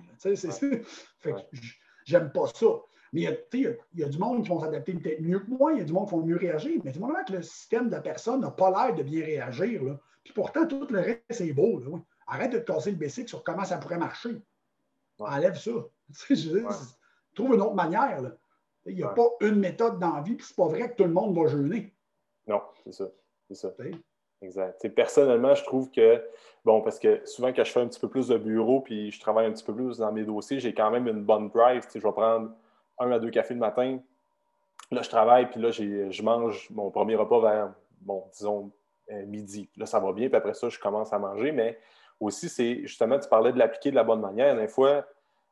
J'aime pas ça. Mais il y a du monde qui vont s'adapter peut-être mieux que moi. Il y a du monde qui vont mieux réagir. Mais du moment que le système de la personne n'a pas l'air de bien réagir, là, puis pourtant, tout le reste, c'est beau. Là, arrête de te casser le basic sur comment ça pourrait marcher. Enlève ça. Trouve une autre manière. Il n'y a pas une méthode dans la vie, puis c'est pas vrai que tout le monde va jeûner. Non, c'est ça. Exact. Personnellement, je trouve que, parce que souvent quand je fais un petit peu plus de bureau puis je travaille un petit peu plus dans mes dossiers, j'ai quand même une bonne drive. Je vais prendre 1 à 2 cafés le matin. Là, je travaille, puis là, je mange mon premier repas vers, disons, midi. Là, ça va bien, puis après ça, je commence à manger. Mais aussi, c'est justement, tu parlais de l'appliquer de la bonne manière. Des fois,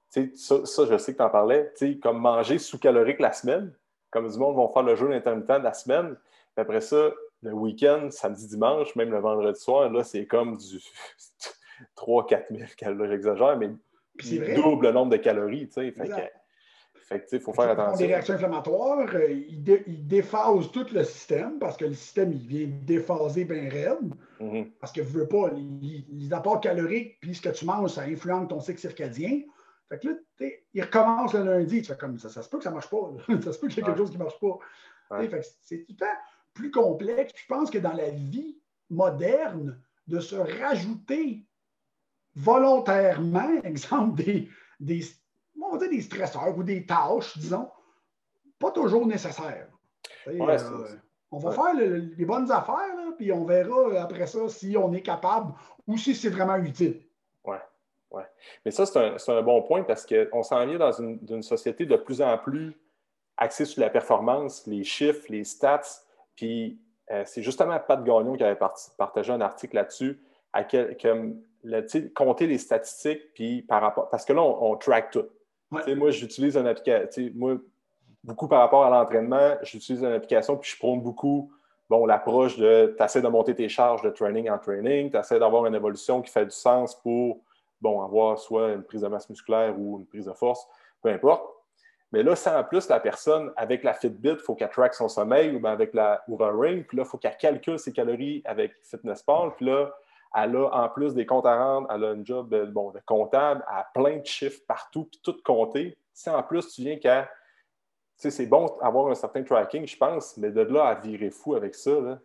ça, je sais que tu en parlais, comme manger sous-calorique la semaine, comme du monde vont faire le jeûne intermittent de la semaine, puis après ça, le week-end, samedi, dimanche, même le vendredi soir, là, c'est comme du 3 000 à 4 000 calories, j'exagère, mais Puis c'est il vrai. double le nombre de calories, tu sais. Fait que, faut faire Ils font des attention. réactions inflammatoires, ils déphasent tout le système parce que le système, il vient déphaser bien raide. Mm-hmm. Parce que, veux pas, les apports caloriques, puis ce que tu manges, ça influence ton cycle circadien. Fait que là, il recommence le lundi. Tu fais comme ça se peut que ça ne marche pas. Ça se peut qu'il y ait quelque chose qui ne marche pas. Ouais. Fait que c'est tout le temps plus complexe. Puis je pense que dans la vie moderne, de se rajouter volontairement, exemple, on va dire des stresseurs ou des tâches, disons, pas toujours nécessaires. Ouais, on va faire les bonnes affaires, là, puis on verra après ça si on est capable ou si c'est vraiment utile. Ouais, ouais. Mais ça, c'est un bon point parce qu'on s'en vient dans une société de plus en plus axée sur la performance, les chiffres, les stats. Puis c'est justement Pat Gagnon qui avait partagé un article là-dessus, compter les statistiques, puis par rapport. Parce que là, on track tout. Ouais. Moi, j'utilise une application. Moi, beaucoup par rapport à l'entraînement, j'utilise une application, puis je prône beaucoup l'approche de tu essaies de monter tes charges de training en training, tu essaies d'avoir une évolution qui fait du sens pour avoir soit une prise de masse musculaire ou une prise de force, peu importe. Mais là, si en plus la personne, avec la Fitbit, il faut qu'elle track son sommeil ou bien avec la Oura Ring, puis là, il faut qu'elle calcule ses calories avec FitnessPal, puis là, elle a en plus des comptes à rendre, elle a une job de comptable, elle a plein de chiffres partout, puis tout compter. Si en plus tu viens qu'à c'est bon d'avoir un certain tracking, je pense, mais de là à virer fou avec ça, là,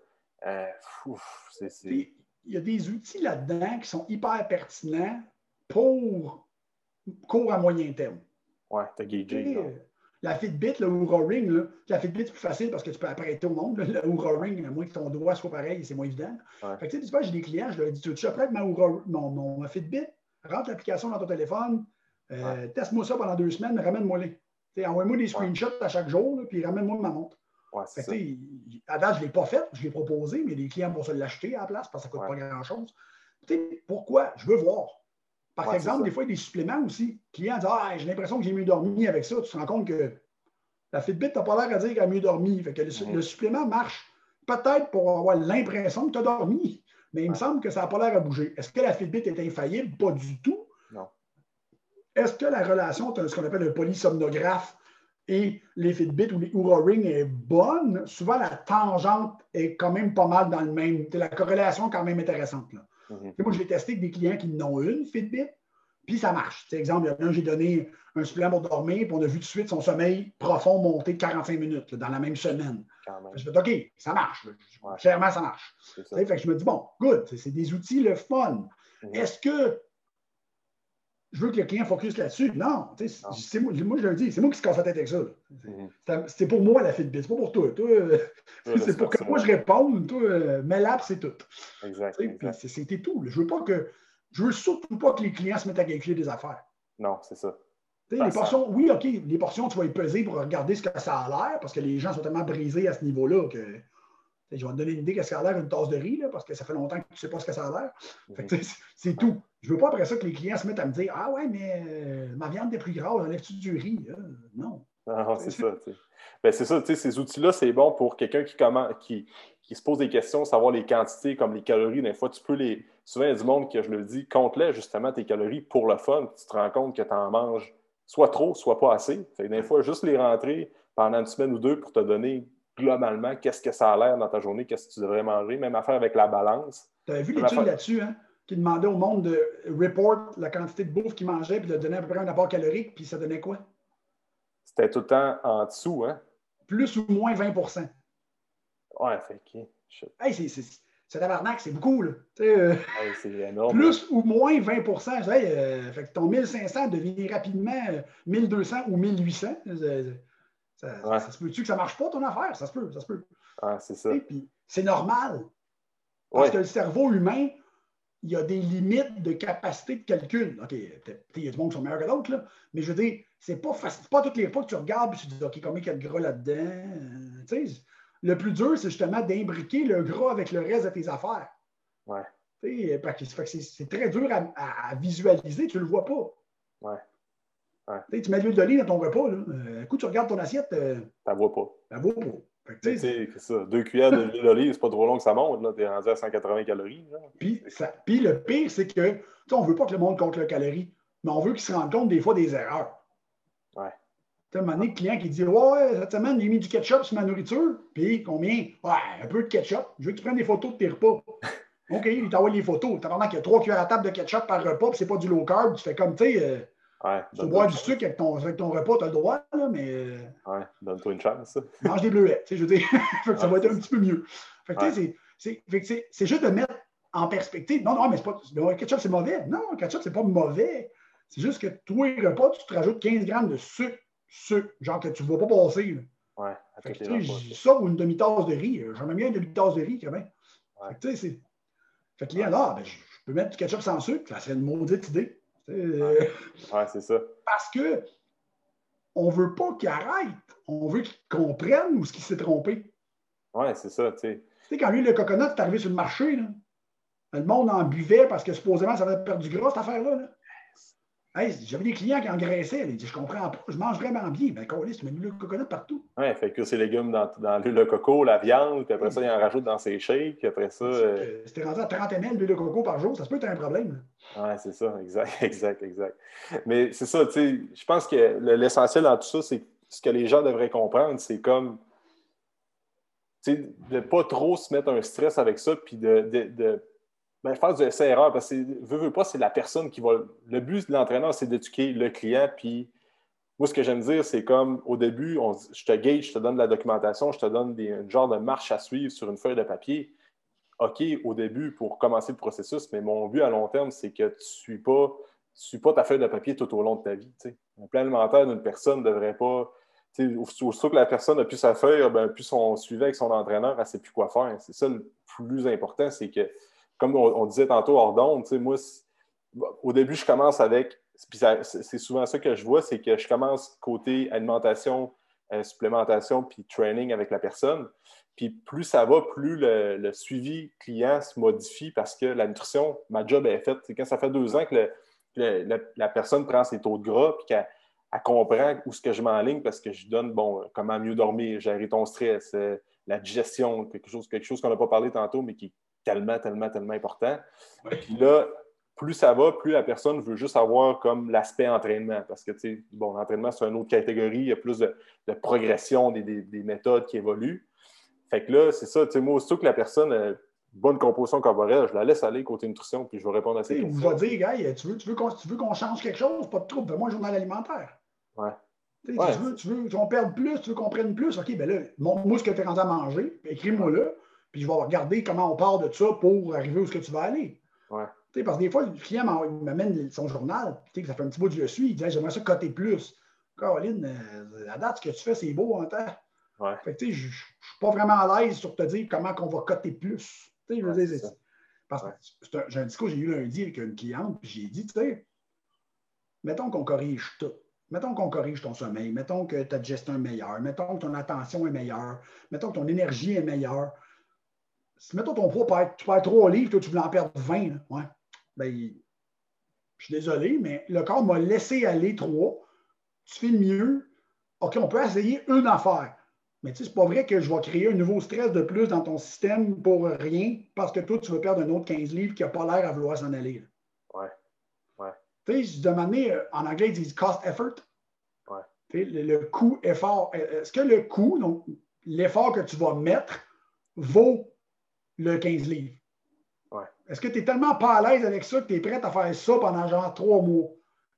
il y a des outils là-dedans qui sont hyper pertinents pour court à moyen terme. Ouais, t'as gagé. La Fitbit, le Oura Ring, là, la Fitbit, c'est plus facile parce que tu peux apprêter au monde. Le Oura Ring, à moins que ton doigt soit pareil, c'est moins évident. Ouais. Fait que, tu sais, j'ai des clients, je leur dis, tu apprêtes ma Fitbit, rentre l'application dans ton téléphone, teste-moi ça pendant 2 semaines, ramène-moi-les. Envoie-moi des screenshots à chaque jour, là, puis ramène-moi ma montre. Ouais, fait que, à date, je ne l'ai pas fait, je l'ai proposé, mais des clients vont se l'acheter à la place parce que ça ne coûte pas grand-chose. Pourquoi? Je veux voir. Par exemple, des fois, il y a des suppléments aussi. Le client dit j'ai l'impression que j'ai mieux dormi avec ça. Tu te rends compte que la Fitbit, tu n'as pas l'air à dire qu'elle a mieux dormi. Fait que le supplément marche peut-être pour avoir l'impression que tu as dormi, mais il me semble que ça n'a pas l'air à bouger. Est-ce que la Fitbit est infaillible? Pas du tout. Non. Est-ce que la relation entre ce qu'on appelle un polysomnographe et les Fitbit ou les Oura Ring est bonne? Souvent, la tangente est quand même pas mal dans le même. La corrélation est quand même intéressante. Là. Moi, je l'ai testé avec des clients qui n'ont une Fitbit, puis ça marche. Exemple, il y en a un, j'ai donné un supplément pour dormir, puis on a vu tout de suite son sommeil profond monter de 45 minutes là, dans la même semaine. Je me dis, OK, ça marche. Clairement, ça marche. Fait que je me dis, bon, good, c'est des outils, le fun. Est-ce que je veux que le client focus là-dessus? Non. Moi, je le dis, c'est moi qui se casse la tête avec ça. C'est pour moi, la Fitbit. C'est pas pour toi. C'est pour que moi, je réponde. Mets l'app, c'est tout. Exact. C'était tout. Je veux surtout pas que les clients se mettent à calculer des affaires. Non, c'est ça. Les portions, oui, OK, les portions, tu vas y peser pour regarder ce que ça a l'air, parce que les gens sont tellement brisés à ce niveau-là que je vais te donner une idée de ce que ça a l'air une tasse de riz, là, parce que ça fait longtemps que tu ne sais pas ce que ça a l'air. C'est tout. Je ne veux pas après ça que les clients se mettent à me dire ah ouais, mais ma viande est plus grasse, enlève-tu du riz? Non. Non, c'est ça. C'est ça, ces outils-là, c'est bon pour quelqu'un qui se pose des questions, savoir les quantités, comme les calories. Des fois, tu peux les. Souvent, il y a du monde que je le dis, compte-les justement tes calories pour le fun. Tu te rends compte que tu en manges soit trop, soit pas assez. Fait que des fois, juste les rentrer pendant une semaine ou deux pour te donner globalement qu'est-ce que ça a l'air dans ta journée, qu'est-ce que tu devrais manger, même affaire avec la balance. Tu avais vu l'étude là-dessus, hein? Qui demandait au monde de report la quantité de bouffe qu'ils mangeaient, puis de donner à peu près un apport calorique, puis ça donnait quoi? C'était tout le temps en dessous, hein? Plus ou moins 20 Ouais, fait que... Hey, c'est tabarnak, c'est beaucoup, là. C'est énorme. Plus ou moins 20 fait que ton 1500 devient rapidement 1200 ou 1800. Ça se peut-tu que ça ne marche pas, ton affaire? Ça se peut. Ah, c'est ça. Et puis, c'est normal. Parce que le cerveau humain, il y a des limites de capacité de calcul. OK, il y a du monde qui sont meilleurs que d'autres, là, mais je veux dire, c'est pas facile. Pas toutes les fois que tu regardes et tu te dis, OK, combien il y a de gras là-dedans? Le plus dur, c'est justement d'imbriquer le gras avec le reste de tes affaires. Ouais. C'est très dur à visualiser, tu ne le vois pas. Ouais. Ouais. Tu mets de l'huile d'olive dans ton repas. Écoute, tu regardes ton assiette, Ça ne voit pas. ça vaut pas. Fait que, c'est ça. 2 cuillères d'huile d'olive, c'est pas trop long que ça monte. Tu es rendu à 180 calories. Puis le pire, c'est que on ne veut pas que le monde compte le calorie, mais on veut qu'ils se rendent compte des fois des erreurs. Ouais. Tu sais, à un moment donné, le client qui dit ouais, cette semaine, j'ai mis du ketchup sur ma nourriture. Puis combien? Ouais, un peu de ketchup. Je veux que tu prennes des photos de tes repas. OK, il t'envoie les photos. T'as qu'il y a 3 cuillères à table de ketchup par repas, puis c'est pas du low carb. Tu fais comme, tu sais, tu peux boire du sucre avec ton repas, tu as le droit, là, mais. Ouais, donne-toi une chance. Mange des bleuets. Je veux dire, ça va être un petit peu mieux. Fait que, c'est juste de mettre en perspective. Non, mais c'est pas. Le ketchup, c'est mauvais. Non, le ketchup, c'est pas mauvais. C'est juste que tous les repas, tu te rajoutes 15 grammes de sucre, genre que tu ne vas pas passer. Là. Ouais, fait que, ça ou une demi-tasse de riz. J'en mets bien une demi-tasse de riz quand même. Ouais. Fait que, c'est. Fait que là, je peux mettre du ketchup sans sucre, ça serait une maudite idée. Ouais, c'est ça. Parce que on ne veut pas qu'il arrête. On veut qu'il comprenne où ce qu'il s'est trompé. Ouais, c'est ça, tu sais. Tu sais, quand lui, le coconut est arrivé sur le marché, là, le monde en buvait parce que supposément, ça avait perdu du gras, cette affaire-là. Là. Hey, j'avais des clients qui engraissaient. Ils disaient, je comprends pas, je mange vraiment bien. Ben, câlisse, tu mets le coconut partout. Ouais, fait que ses légumes dans l'huile de coco, la viande, puis après ça, il en rajoute dans ses shakes, puis après ça. Si t'es rendu à 30 ml d'huile de coco par jour, ça se peut être un problème. Ouais, c'est ça, exact. Mais c'est ça, tu sais, je pense que l'essentiel dans tout ça, c'est ce que les gens devraient comprendre, c'est comme, tu sais, de ne pas trop se mettre un stress avec ça, puis de faire du essai-erreur, parce que veut pas, c'est la personne qui va. Le but de l'entraîneur, c'est d'éduquer le client, puis moi, ce que j'aime dire, c'est comme au début, je te gauge, je te donne de la documentation, je te donne un genre de marche à suivre sur une feuille de papier. OK, au début, pour commencer le processus, mais mon but à long terme, c'est que tu ne suis pas ta feuille de papier tout au long de ta vie. T'sais. Un plan alimentaire d'une personne ne devrait pas. Aussitôt que la personne n'a plus sa feuille, plus son suivi avec son entraîneur, elle ne sait plus quoi faire. C'est ça le plus important, c'est que, comme on disait tantôt hors d'onde, moi, au début, je commence avec. Puis c'est souvent ça que je vois, c'est que je commence côté alimentation, supplémentation, puis training avec la personne. Puis plus ça va, plus le suivi client se modifie parce que la nutrition, ma job est faite. C'est quand ça fait 2 ans que la personne prend ses taux de gras puis qu'elle comprend où ce que je m'enligne parce que je donne, comment mieux dormir, gérer ton stress, la digestion, quelque chose qu'on n'a pas parlé tantôt, mais qui est tellement, tellement, tellement important. Ouais. Puis là, plus ça va, plus la personne veut juste avoir comme l'aspect entraînement. Parce que, l'entraînement, c'est une autre catégorie. Il y a plus de progression, des méthodes qui évoluent. Fait que là, c'est ça. Moi, aussitôt que la personne a bonne composition corporelle, je la laisse aller côté nutrition, puis je vais répondre à ses questions. Vous va dire, gars, tu veux qu'on change quelque chose? Pas de trouble, fais-moi un journal alimentaire. Ouais. Tu veux qu'on perde plus, tu veux qu'on prenne plus? OK, ben là, montre-moi ce que tu es rendu à manger, écris-moi là, puis je vais regarder comment on part de ça pour arriver où ce que tu vas aller. Ouais. Parce que des fois, le client m'amène son journal, ça fait un petit bout que je le suis, il dit j'aimerais ça coter plus. Caroline, à date, ce que tu fais, c'est beau en temps. Ouais. Fait que je ne suis pas vraiment à l'aise sur te dire comment qu'on va coter plus. Parce que j'ai un discours que j'ai eu lundi avec une cliente, puis j'ai dit, mettons qu'on corrige tout. Mettons qu'on corrige ton sommeil, mettons que ta digestion est meilleure, mettons que ton attention est meilleure, mettons que ton énergie est meilleure. Si, mettons, ton poids, tu perds 3 livres, toi, tu voulais en perdre 20, là, ouais. Ben, je suis désolé, mais le corps m'a laissé aller 3. Tu fais le mieux. OK, on peut essayer une affaire. Mais tu sais, c'est pas vrai que je vais créer un nouveau stress de plus dans ton système pour rien parce que toi, tu vas perdre un autre 15 livres qui n'a pas l'air à vouloir s'en aller. Ouais. Tu sais, je demandais, en anglais, ils disent cost effort. Ouais. Tu sais, le coût-effort. Est-ce que le coût, donc l'effort que tu vas mettre, vaut le 15 livres? Ouais. Est-ce que tu es tellement pas à l'aise avec ça que tu es prêt à faire ça pendant genre 3 mois?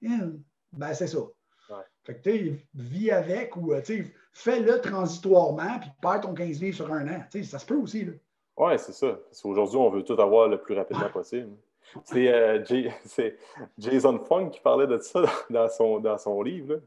Ben, c'est ça. Ouais. Fait que tu vis avec ou fais-le transitoirement puis perds ton 15 livres sur un an. Ça se peut aussi. Oui, c'est ça. Aujourd'hui, on veut tout avoir le plus rapidement possible. C'est Jason Fung qui parlait de ça dans son livre.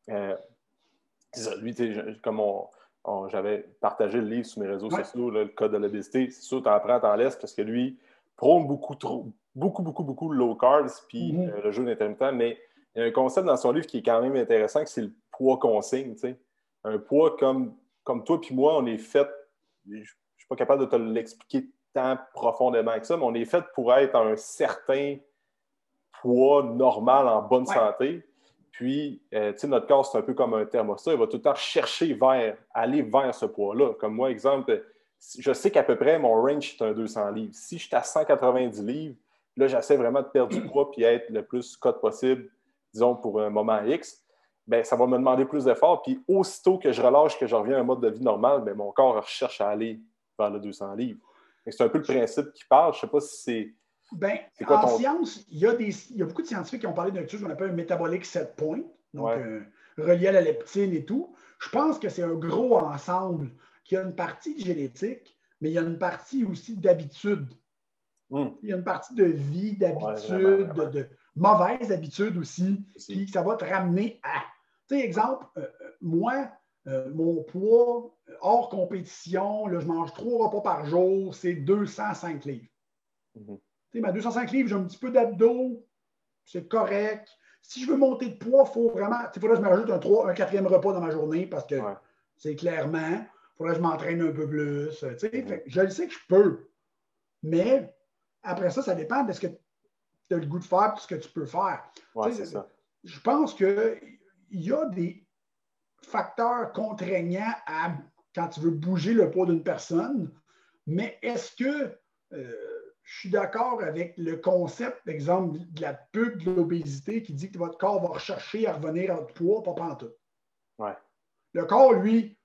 Lui, comme j'avais partagé le livre sur mes réseaux sociaux, là, le code de l'obésité, c'est sûr, t'en prends, t'en laisses, parce que lui prône beaucoup le low carbs puis le jeûne intermittent, mais il y a un concept dans son livre qui est quand même intéressant, que c'est le poids consigne. T'sais. Un poids comme toi puis moi, on est fait, je ne suis pas capable de te l'expliquer tant profondément que ça, mais on est fait pour être à un certain poids normal en bonne santé. Puis, tu sais, notre corps, c'est un peu comme un thermostat. Il va tout le temps chercher aller vers ce poids-là. Comme moi, exemple, je sais qu'à peu près, mon range, c'est un 200 livres. Si je suis à 190 livres, là, j'essaie vraiment de perdre du poids puis être le plus cut possible, disons, pour un moment X. Bien, ça va me demander plus d'efforts. Puis, aussitôt que je relâche, que je reviens à un mode de vie normal, bien, mon corps recherche à aller vers le 200 livres. C'est un peu le principe qui parle. Je ne sais pas si c'est... Ben, C'est quoi en ton... science, il y a beaucoup de scientifiques qui ont parlé d'un truc qu'on appelle un métabolique set point, donc Ouais. relié à la leptine et tout. Je pense que c'est un gros ensemble qui a une partie génétique, mais il y a une partie aussi d'habitude. Il y a une partie de vie, Ouais, vraiment, d'habitude, vraiment. de mauvaises habitudes aussi, puis ça va te ramener à. Tu sais, exemple, moi, mon poids hors compétition, là, je mange 3 repas par jour, c'est 205 livres. Ma 205 livres, j'ai un petit peu d'abdos, c'est correct. Si je veux monter de poids, il faut vraiment. Il faudrait que je me rajoute un 4e repas dans ma journée parce que c'est clairement, il faudrait que je m'entraîne un peu plus. Fait, je le sais que je peux. Mais après ça, ça dépend de ce que tu as le goût de faire et ce que tu peux faire. Ouais, c'est ça. Je pense qu'il y a des facteurs contraignants quand tu veux bouger le poids d'une personne, mais est-ce que je suis d'accord avec le concept, par exemple, de la pub de l'obésité qui dit que votre corps va rechercher à revenir à votre poids, pas pantoute. Ouais. Le corps, lui,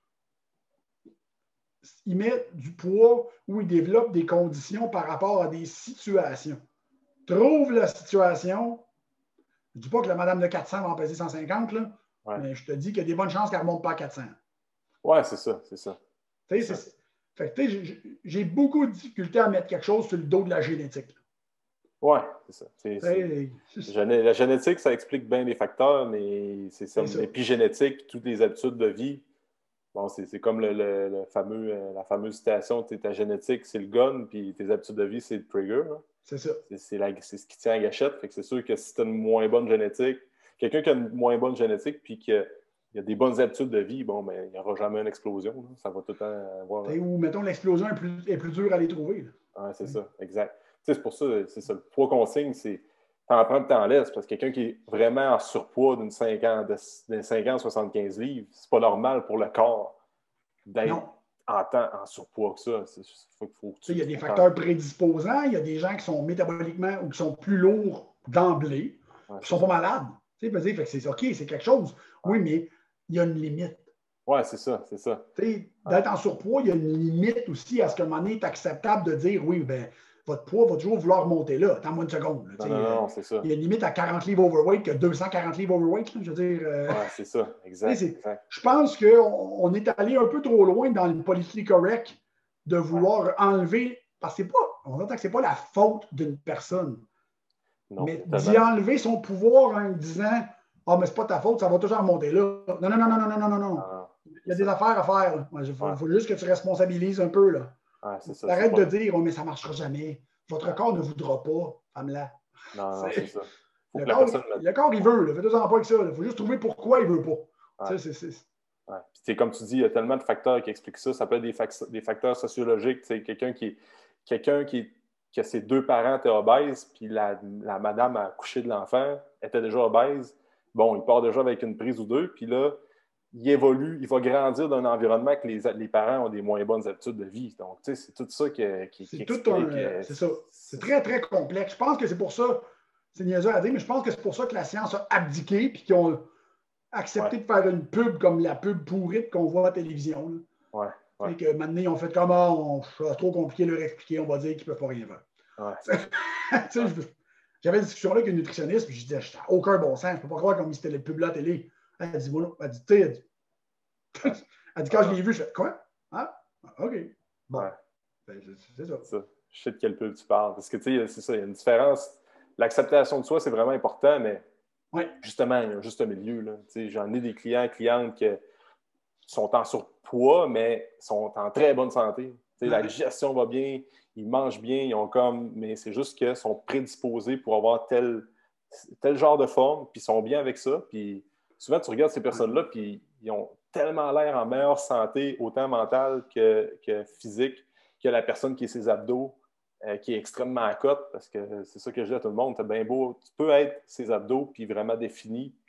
il met du poids où il développe des conditions par rapport à des situations. Trouve la situation. Je ne dis pas que la madame de 400 va en peser 150, là, mais je te dis qu'il y a des bonnes chances qu'elle ne remonte pas à 400. Ouais, c'est ça, c'est ça. J'ai beaucoup de difficultés à mettre quelque chose sur le dos de la génétique. Oui, c'est ça. La génétique, ça explique bien les facteurs, mais c'est ça. L'épigénétique, toutes les habitudes de vie, bon, c'est comme la fameuse citation, ta génétique, c'est le gun, puis tes habitudes de vie, c'est le trigger. Hein. C'est ça. C'est ce qui tient à la gâchette. Fait que c'est sûr que si tu as une moins bonne génétique, quelqu'un qui a une moins bonne génétique, puis qu'il y a des bonnes habitudes de vie, bon, ben, il n'y aura jamais une explosion. Là. Ça va tout le temps avoir... Ou, mettons, l'explosion est plus dure à les trouver. Oui, c'est ça, exact. C'est pour ça, c'est ça. Le poids qu'on signe, c'est t'en prends et t'en laisses. Parce que quelqu'un qui est vraiment en surpoids d'une 50, 75 livres, c'est pas normal pour le corps d'être en surpoids que ça. Il y a des facteurs prédisposants, il y a des gens qui sont métaboliquement ou qui sont plus lourds d'emblée, qui ne sont pas malades. C'est OK, c'est quelque chose. Oui, mais il y a une limite. Oui, c'est ça, c'est ça. D'être en surpoids, il y a une limite aussi à ce qu'à un moment donné, est acceptable de dire oui, ben, votre poids va toujours vouloir monter là. Attends-moi une seconde. Non, c'est ça. Il y a une limite à 40 livres overweight que 240 livres overweight. Là, je veux dire. Oui, c'est ça, exact. Je pense qu'on est allé un peu trop loin dans le politically correct de vouloir enlever. Parce que on entend que ce n'est pas la faute d'une personne. Non, mais d'y enlever son pouvoir en disant ah, mais c'est pas ta faute, ça va toujours remonter là. Non. Il y a des affaires à faire. Il faut juste que tu responsabilises un peu. Là. Arrête de dire oh, mais ça ne marchera jamais. Votre corps ne voudra pas, femme-là. Non, c'est ça. Le corps, il veut. Fais-toi-en pas avec ça. Il faut juste trouver pourquoi il ne veut pas. Puis, comme tu dis, il y a tellement de facteurs qui expliquent ça. Ça peut être des facteurs sociologiques. Quelqu'un qui a ses 2 parents étaient obèses, puis la madame a accouché de l'enfant, était déjà obèse. Bon, il part déjà avec une prise ou 2, puis là, il évolue, il va grandir dans un environnement que les parents ont des moins bonnes habitudes de vie. Donc, tu sais, c'est tout ça qui explique. C'est ça. C'est très, très complexe. Je pense que c'est pour ça, c'est niaiseux à dire, mais je pense que c'est pour ça que la science a abdiqué puis qu'ils ont accepté de faire une pub comme la pub pourrite qu'on voit à la télévision. Et que maintenant, ils ont fait comment c'est trop compliqué de leur expliquer, on va dire qu'ils ne peuvent pas rien faire. J'avais une discussion là avec une nutritionniste, puis je disais, je n'ai aucun bon sens, je ne peux pas croire qu'on mis cette pub-là à la télé. Elle dit, bon, elle dit, elle dit, quand je l'ai vu, je fais, quoi? Ah, OK. Bon. C'est ça. Je sais de quelle pub tu parles. Parce que, tu sais, c'est ça, il y a une différence. L'acceptation de soi, c'est vraiment important, mais justement, il y a juste un milieu. Là. J'en ai des clientes qui sont en surpoids, mais sont en très bonne santé. La digestion va bien, ils mangent bien, ils ont mais c'est juste qu'ils sont prédisposés pour avoir tel genre de forme, puis ils sont bien avec ça. Puis souvent, tu regardes ces personnes-là, puis ils ont tellement l'air en meilleure santé, autant mentale que physique, que la personne qui a ses abdos, qui est extrêmement à cote, parce que c'est ça que je dis à tout le monde, t'es bien beau, tu peux être ses abdos, puis vraiment défini, puis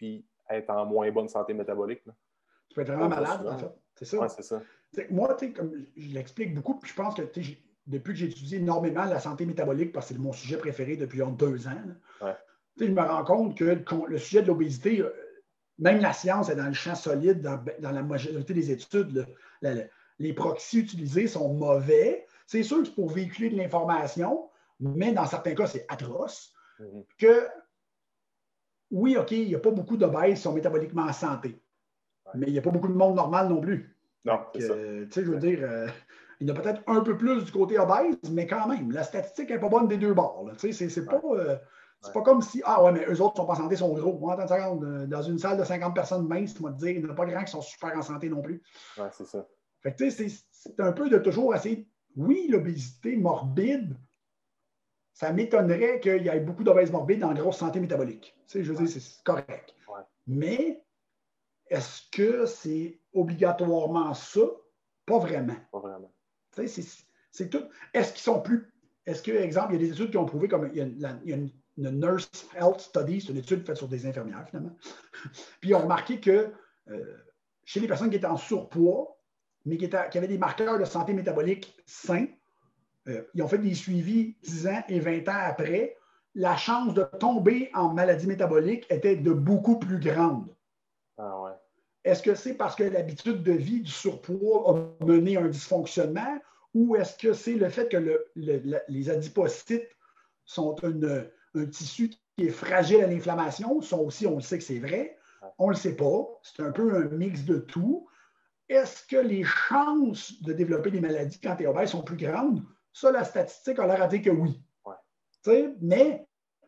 être en moins bonne santé métabolique. Là. Tu peux être vraiment malade, en fait. C'est ça. Oui, c'est ça. Moi, comme je l'explique beaucoup, puis je pense que depuis que j'ai étudié énormément la santé métabolique, parce que c'est mon sujet préféré depuis 2 ans, Ouais. Je me rends compte que le sujet de l'obésité, même la science est dans le champ solide dans la majorité des études. Les proxys utilisés sont mauvais. C'est sûr que c'est pour véhiculer de l'information, mais dans certains cas, c'est atroce. Mm-hmm. Que oui, OK, il n'y a pas beaucoup d'obèses qui sont métaboliquement en santé, mais il n'y a pas beaucoup de monde normal non plus. Non, c'est ça. Je veux dire, il y en a peut-être un peu plus du côté obèse, mais quand même, la statistique n'est pas bonne des deux bords. C'est pas. C'est pas comme si, ah ouais, mais eux autres sont pas en santé, sont gros. Moi, attends, dans une salle de 50 personnes minces, tu vas te dire, il n'y en a pas grand qui sont super en santé non plus. Oui, c'est ça. Fait que, c'est un peu de toujours essayer. Oui, l'obésité morbide, ça m'étonnerait qu'il y ait beaucoup d'obèses morbides en grosse santé métabolique. Je veux dire, c'est correct. Ouais. Mais est-ce que c'est obligatoirement ça? Pas vraiment. Pas vraiment. C'est tout. Est-ce qu'ils sont plus. Est-ce que, exemple, il y a des études qui ont prouvé comme il y a une Nurse Health Study, c'est une étude faite sur des infirmières, finalement. Puis ils ont remarqué que chez les personnes qui étaient en surpoids, mais qui avaient des marqueurs de santé métabolique sains, ils ont fait des suivis 10 ans et 20 ans après, la chance de tomber en maladie métabolique était de beaucoup plus grande. Ah ouais. Est-ce que c'est parce que l'habitude de vie du surpoids a mené à un dysfonctionnement ou est-ce que c'est le fait que les adipocytes sont un tissu qui est fragile à l'inflammation? Ça aussi, on le sait que c'est vrai. On ne le sait pas. C'est un peu un mix de tout. Est-ce que les chances de développer des maladies quand tu es obèse sont plus grandes? Ça, la statistique a l'air à dire que oui. Ouais. Mais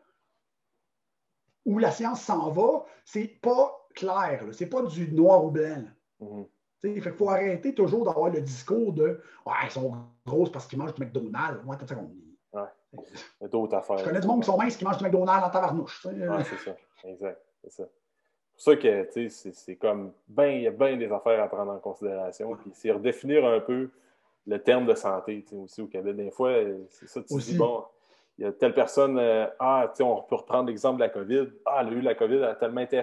où la science s'en va, c'est pas clair. C'est pas du noir ou blanc. Mm-hmm. Il faut arrêter toujours d'avoir le discours de « Ouais, ils sont grosses parce qu'ils mangent du McDonald's. » Moi, ouais. Il y a d'autres affaires. Je connais du monde qui sont minces qui mangent du McDonald's en tabarnouche. Oui, c'est ça. Exact. C'est ça. C'est pour ça que c'est comme il y a bien des affaires à prendre en considération. Ouais. Puis c'est redéfinir un peu le terme de santé aussi au Québec. Des fois, c'est ça, tu dis, bon, il y a telle personne, on peut reprendre l'exemple de la COVID. Ah, elle a eu la COVID, elle a tellement été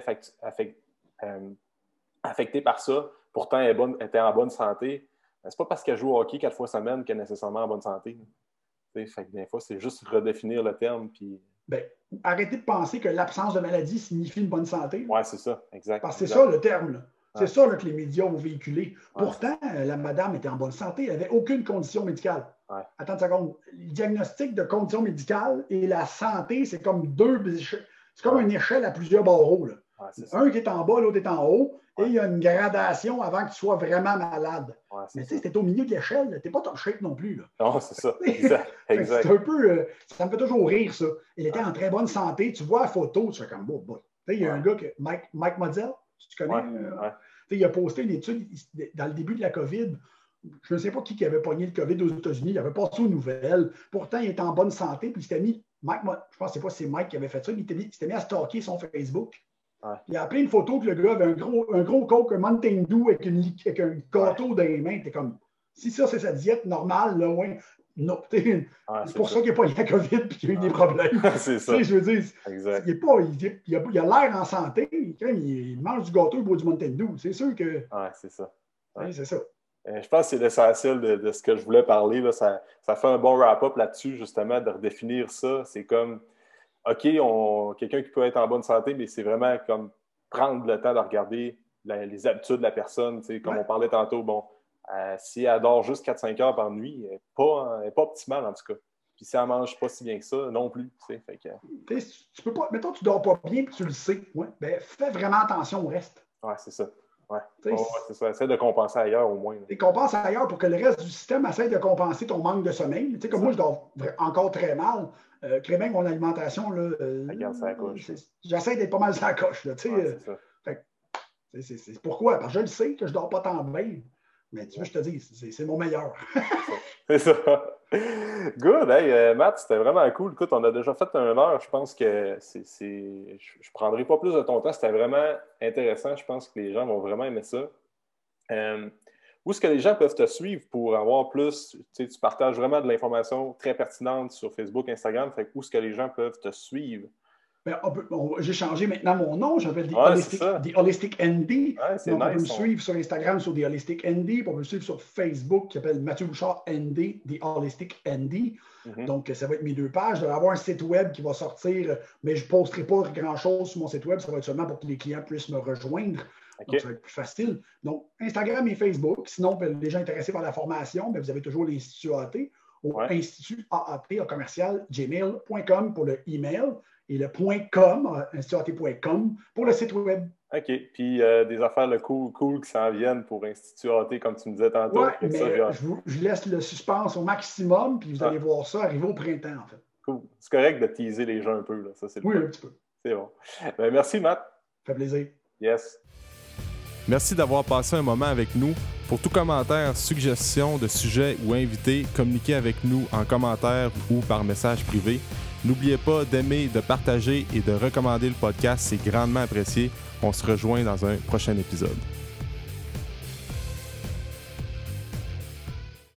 affectée par ça. Pourtant, elle était en bonne santé. C'est pas parce qu'elle joue au hockey 4 fois semaine qu'elle est nécessairement en bonne santé. Fait que des fois, c'est juste redéfinir le terme. Puis... arrêtez de penser que l'absence de maladie signifie une bonne santé. Oui, c'est ça, exact. Parce que c'est ça le terme. Là. C'est ça là, que les médias ont véhiculé. Pourtant, la madame était en bonne santé. Elle n'avait aucune condition médicale. Ouais. Attends une seconde. Le diagnostic de condition médicale et la santé, c'est comme c'est comme une échelle à plusieurs barreaux. Là. Un qui est en bas, l'autre est en haut. Et il y a une gradation avant que tu sois vraiment malade. Ouais, mais tu sais, t'es au milieu de l'échelle, t'es pas top shape non plus. Là. Non, c'est ça. Exact. C'est un peu. Ça me fait toujours rire, ça. Il était en très bonne santé. Tu vois la photo, tu fais comme beau. Il y a un gars, Mike Modzel, tu connais. Il a posté une étude dans le début de la COVID. Je ne sais pas qui avait pogné le COVID aux États-Unis. Il avait passé aux nouvelles. Pourtant, il était en bonne santé. Puis il s'était mis. Je pense que c'est Mike qui avait fait ça. Il s'était mis à stalker son Facebook. Ouais. Il a appelé une photo que le gars avait un gros coke, un Mountain Dew avec un gâteau dans les mains. T'es comme, si ça, c'est sa diète normale, là, ouais. Non, c'est pour ça qu'il n'a pas eu la COVID et qu'il a eu des problèmes. C'est ça. Je veux dire, il a l'air en santé. Il mange du gâteau, il boit du Mountain Dew. C'est sûr que. Oui, c'est ça. Ouais. C'est ça. Je pense que c'est l'essentiel de ce que je voulais parler. Là. Ça fait un bon wrap-up là-dessus, justement, de redéfinir ça. C'est comme. OK, quelqu'un qui peut être en bonne santé, mais c'est vraiment comme prendre le temps de regarder les habitudes de la personne. Comme on parlait tantôt, bon, si elle dort juste 4-5 heures par nuit, elle n'est pas optimale en tout cas. Puis si elle ne mange pas si bien que ça, non plus. Fait que... Tu peux pas, mettons, tu ne dors pas bien et tu le sais. Ouais, ben, fais vraiment attention au reste. Oui, c'est ça. Ouais. C'est ça. Essaie de compenser ailleurs au moins. Tu compenses ailleurs pour que le reste du système essaie de compenser ton manque de sommeil. Comme moi, je dors encore très mal. Crément, mon alimentation, j'essaie d'être pas mal sur la coche. C'est pourquoi? Parce que je le sais que je ne dors pas tant bien. Mais tu veux, je te dis, c'est mon meilleur. C'est ça. Good. Hey, Matt, c'était vraiment cool. Écoute, on a déjà fait 1 heure. Je pense que je ne prendrai pas plus de ton temps. C'était vraiment intéressant. Je pense que les gens vont vraiment aimer ça. Où est-ce que les gens peuvent te suivre pour avoir plus? Tu partages vraiment de l'information très pertinente sur Facebook, Instagram. Fait où est-ce que les gens peuvent te suivre Ben, j'ai changé maintenant mon nom, j'appelle The Holistic ND. Ouais, c'est donc, nice, on peut me suivre sur Instagram sur The Holistic ND, puis on peut me suivre sur Facebook qui s'appelle Mathieu Bouchard ND, The Holistic ND. Donc, ça va être mes 2 pages. Je vais avoir un site web qui va sortir, mais je ne posterai pas grand-chose sur mon site web. Ça va être seulement pour que les clients puissent me rejoindre. Donc, ça va être plus facile. Donc, Instagram et Facebook. Sinon, les gens intéressés par la formation, vous avez toujours l'Institut AAT au Institut AAT commercial gmail.com pour le email et le .com, institutat.com pour le site web. OK. Puis des affaires cool qui s'en viennent pour Institut AT, comme tu me disais tantôt. Oui, mais je laisse le suspense au maximum, puis vous allez voir ça arriver au printemps, en fait. Cool. C'est correct de teaser les gens un peu. Là. Ça, c'est un petit peu. C'est bon. Ben, merci, Matt. Ça fait plaisir. Yes. Merci d'avoir passé un moment avec nous. Pour tout commentaire, suggestion de sujet ou invité, communiquez avec nous en commentaire ou par message privé. N'oubliez pas d'aimer, de partager et de recommander le podcast, c'est grandement apprécié. On se rejoint dans un prochain épisode.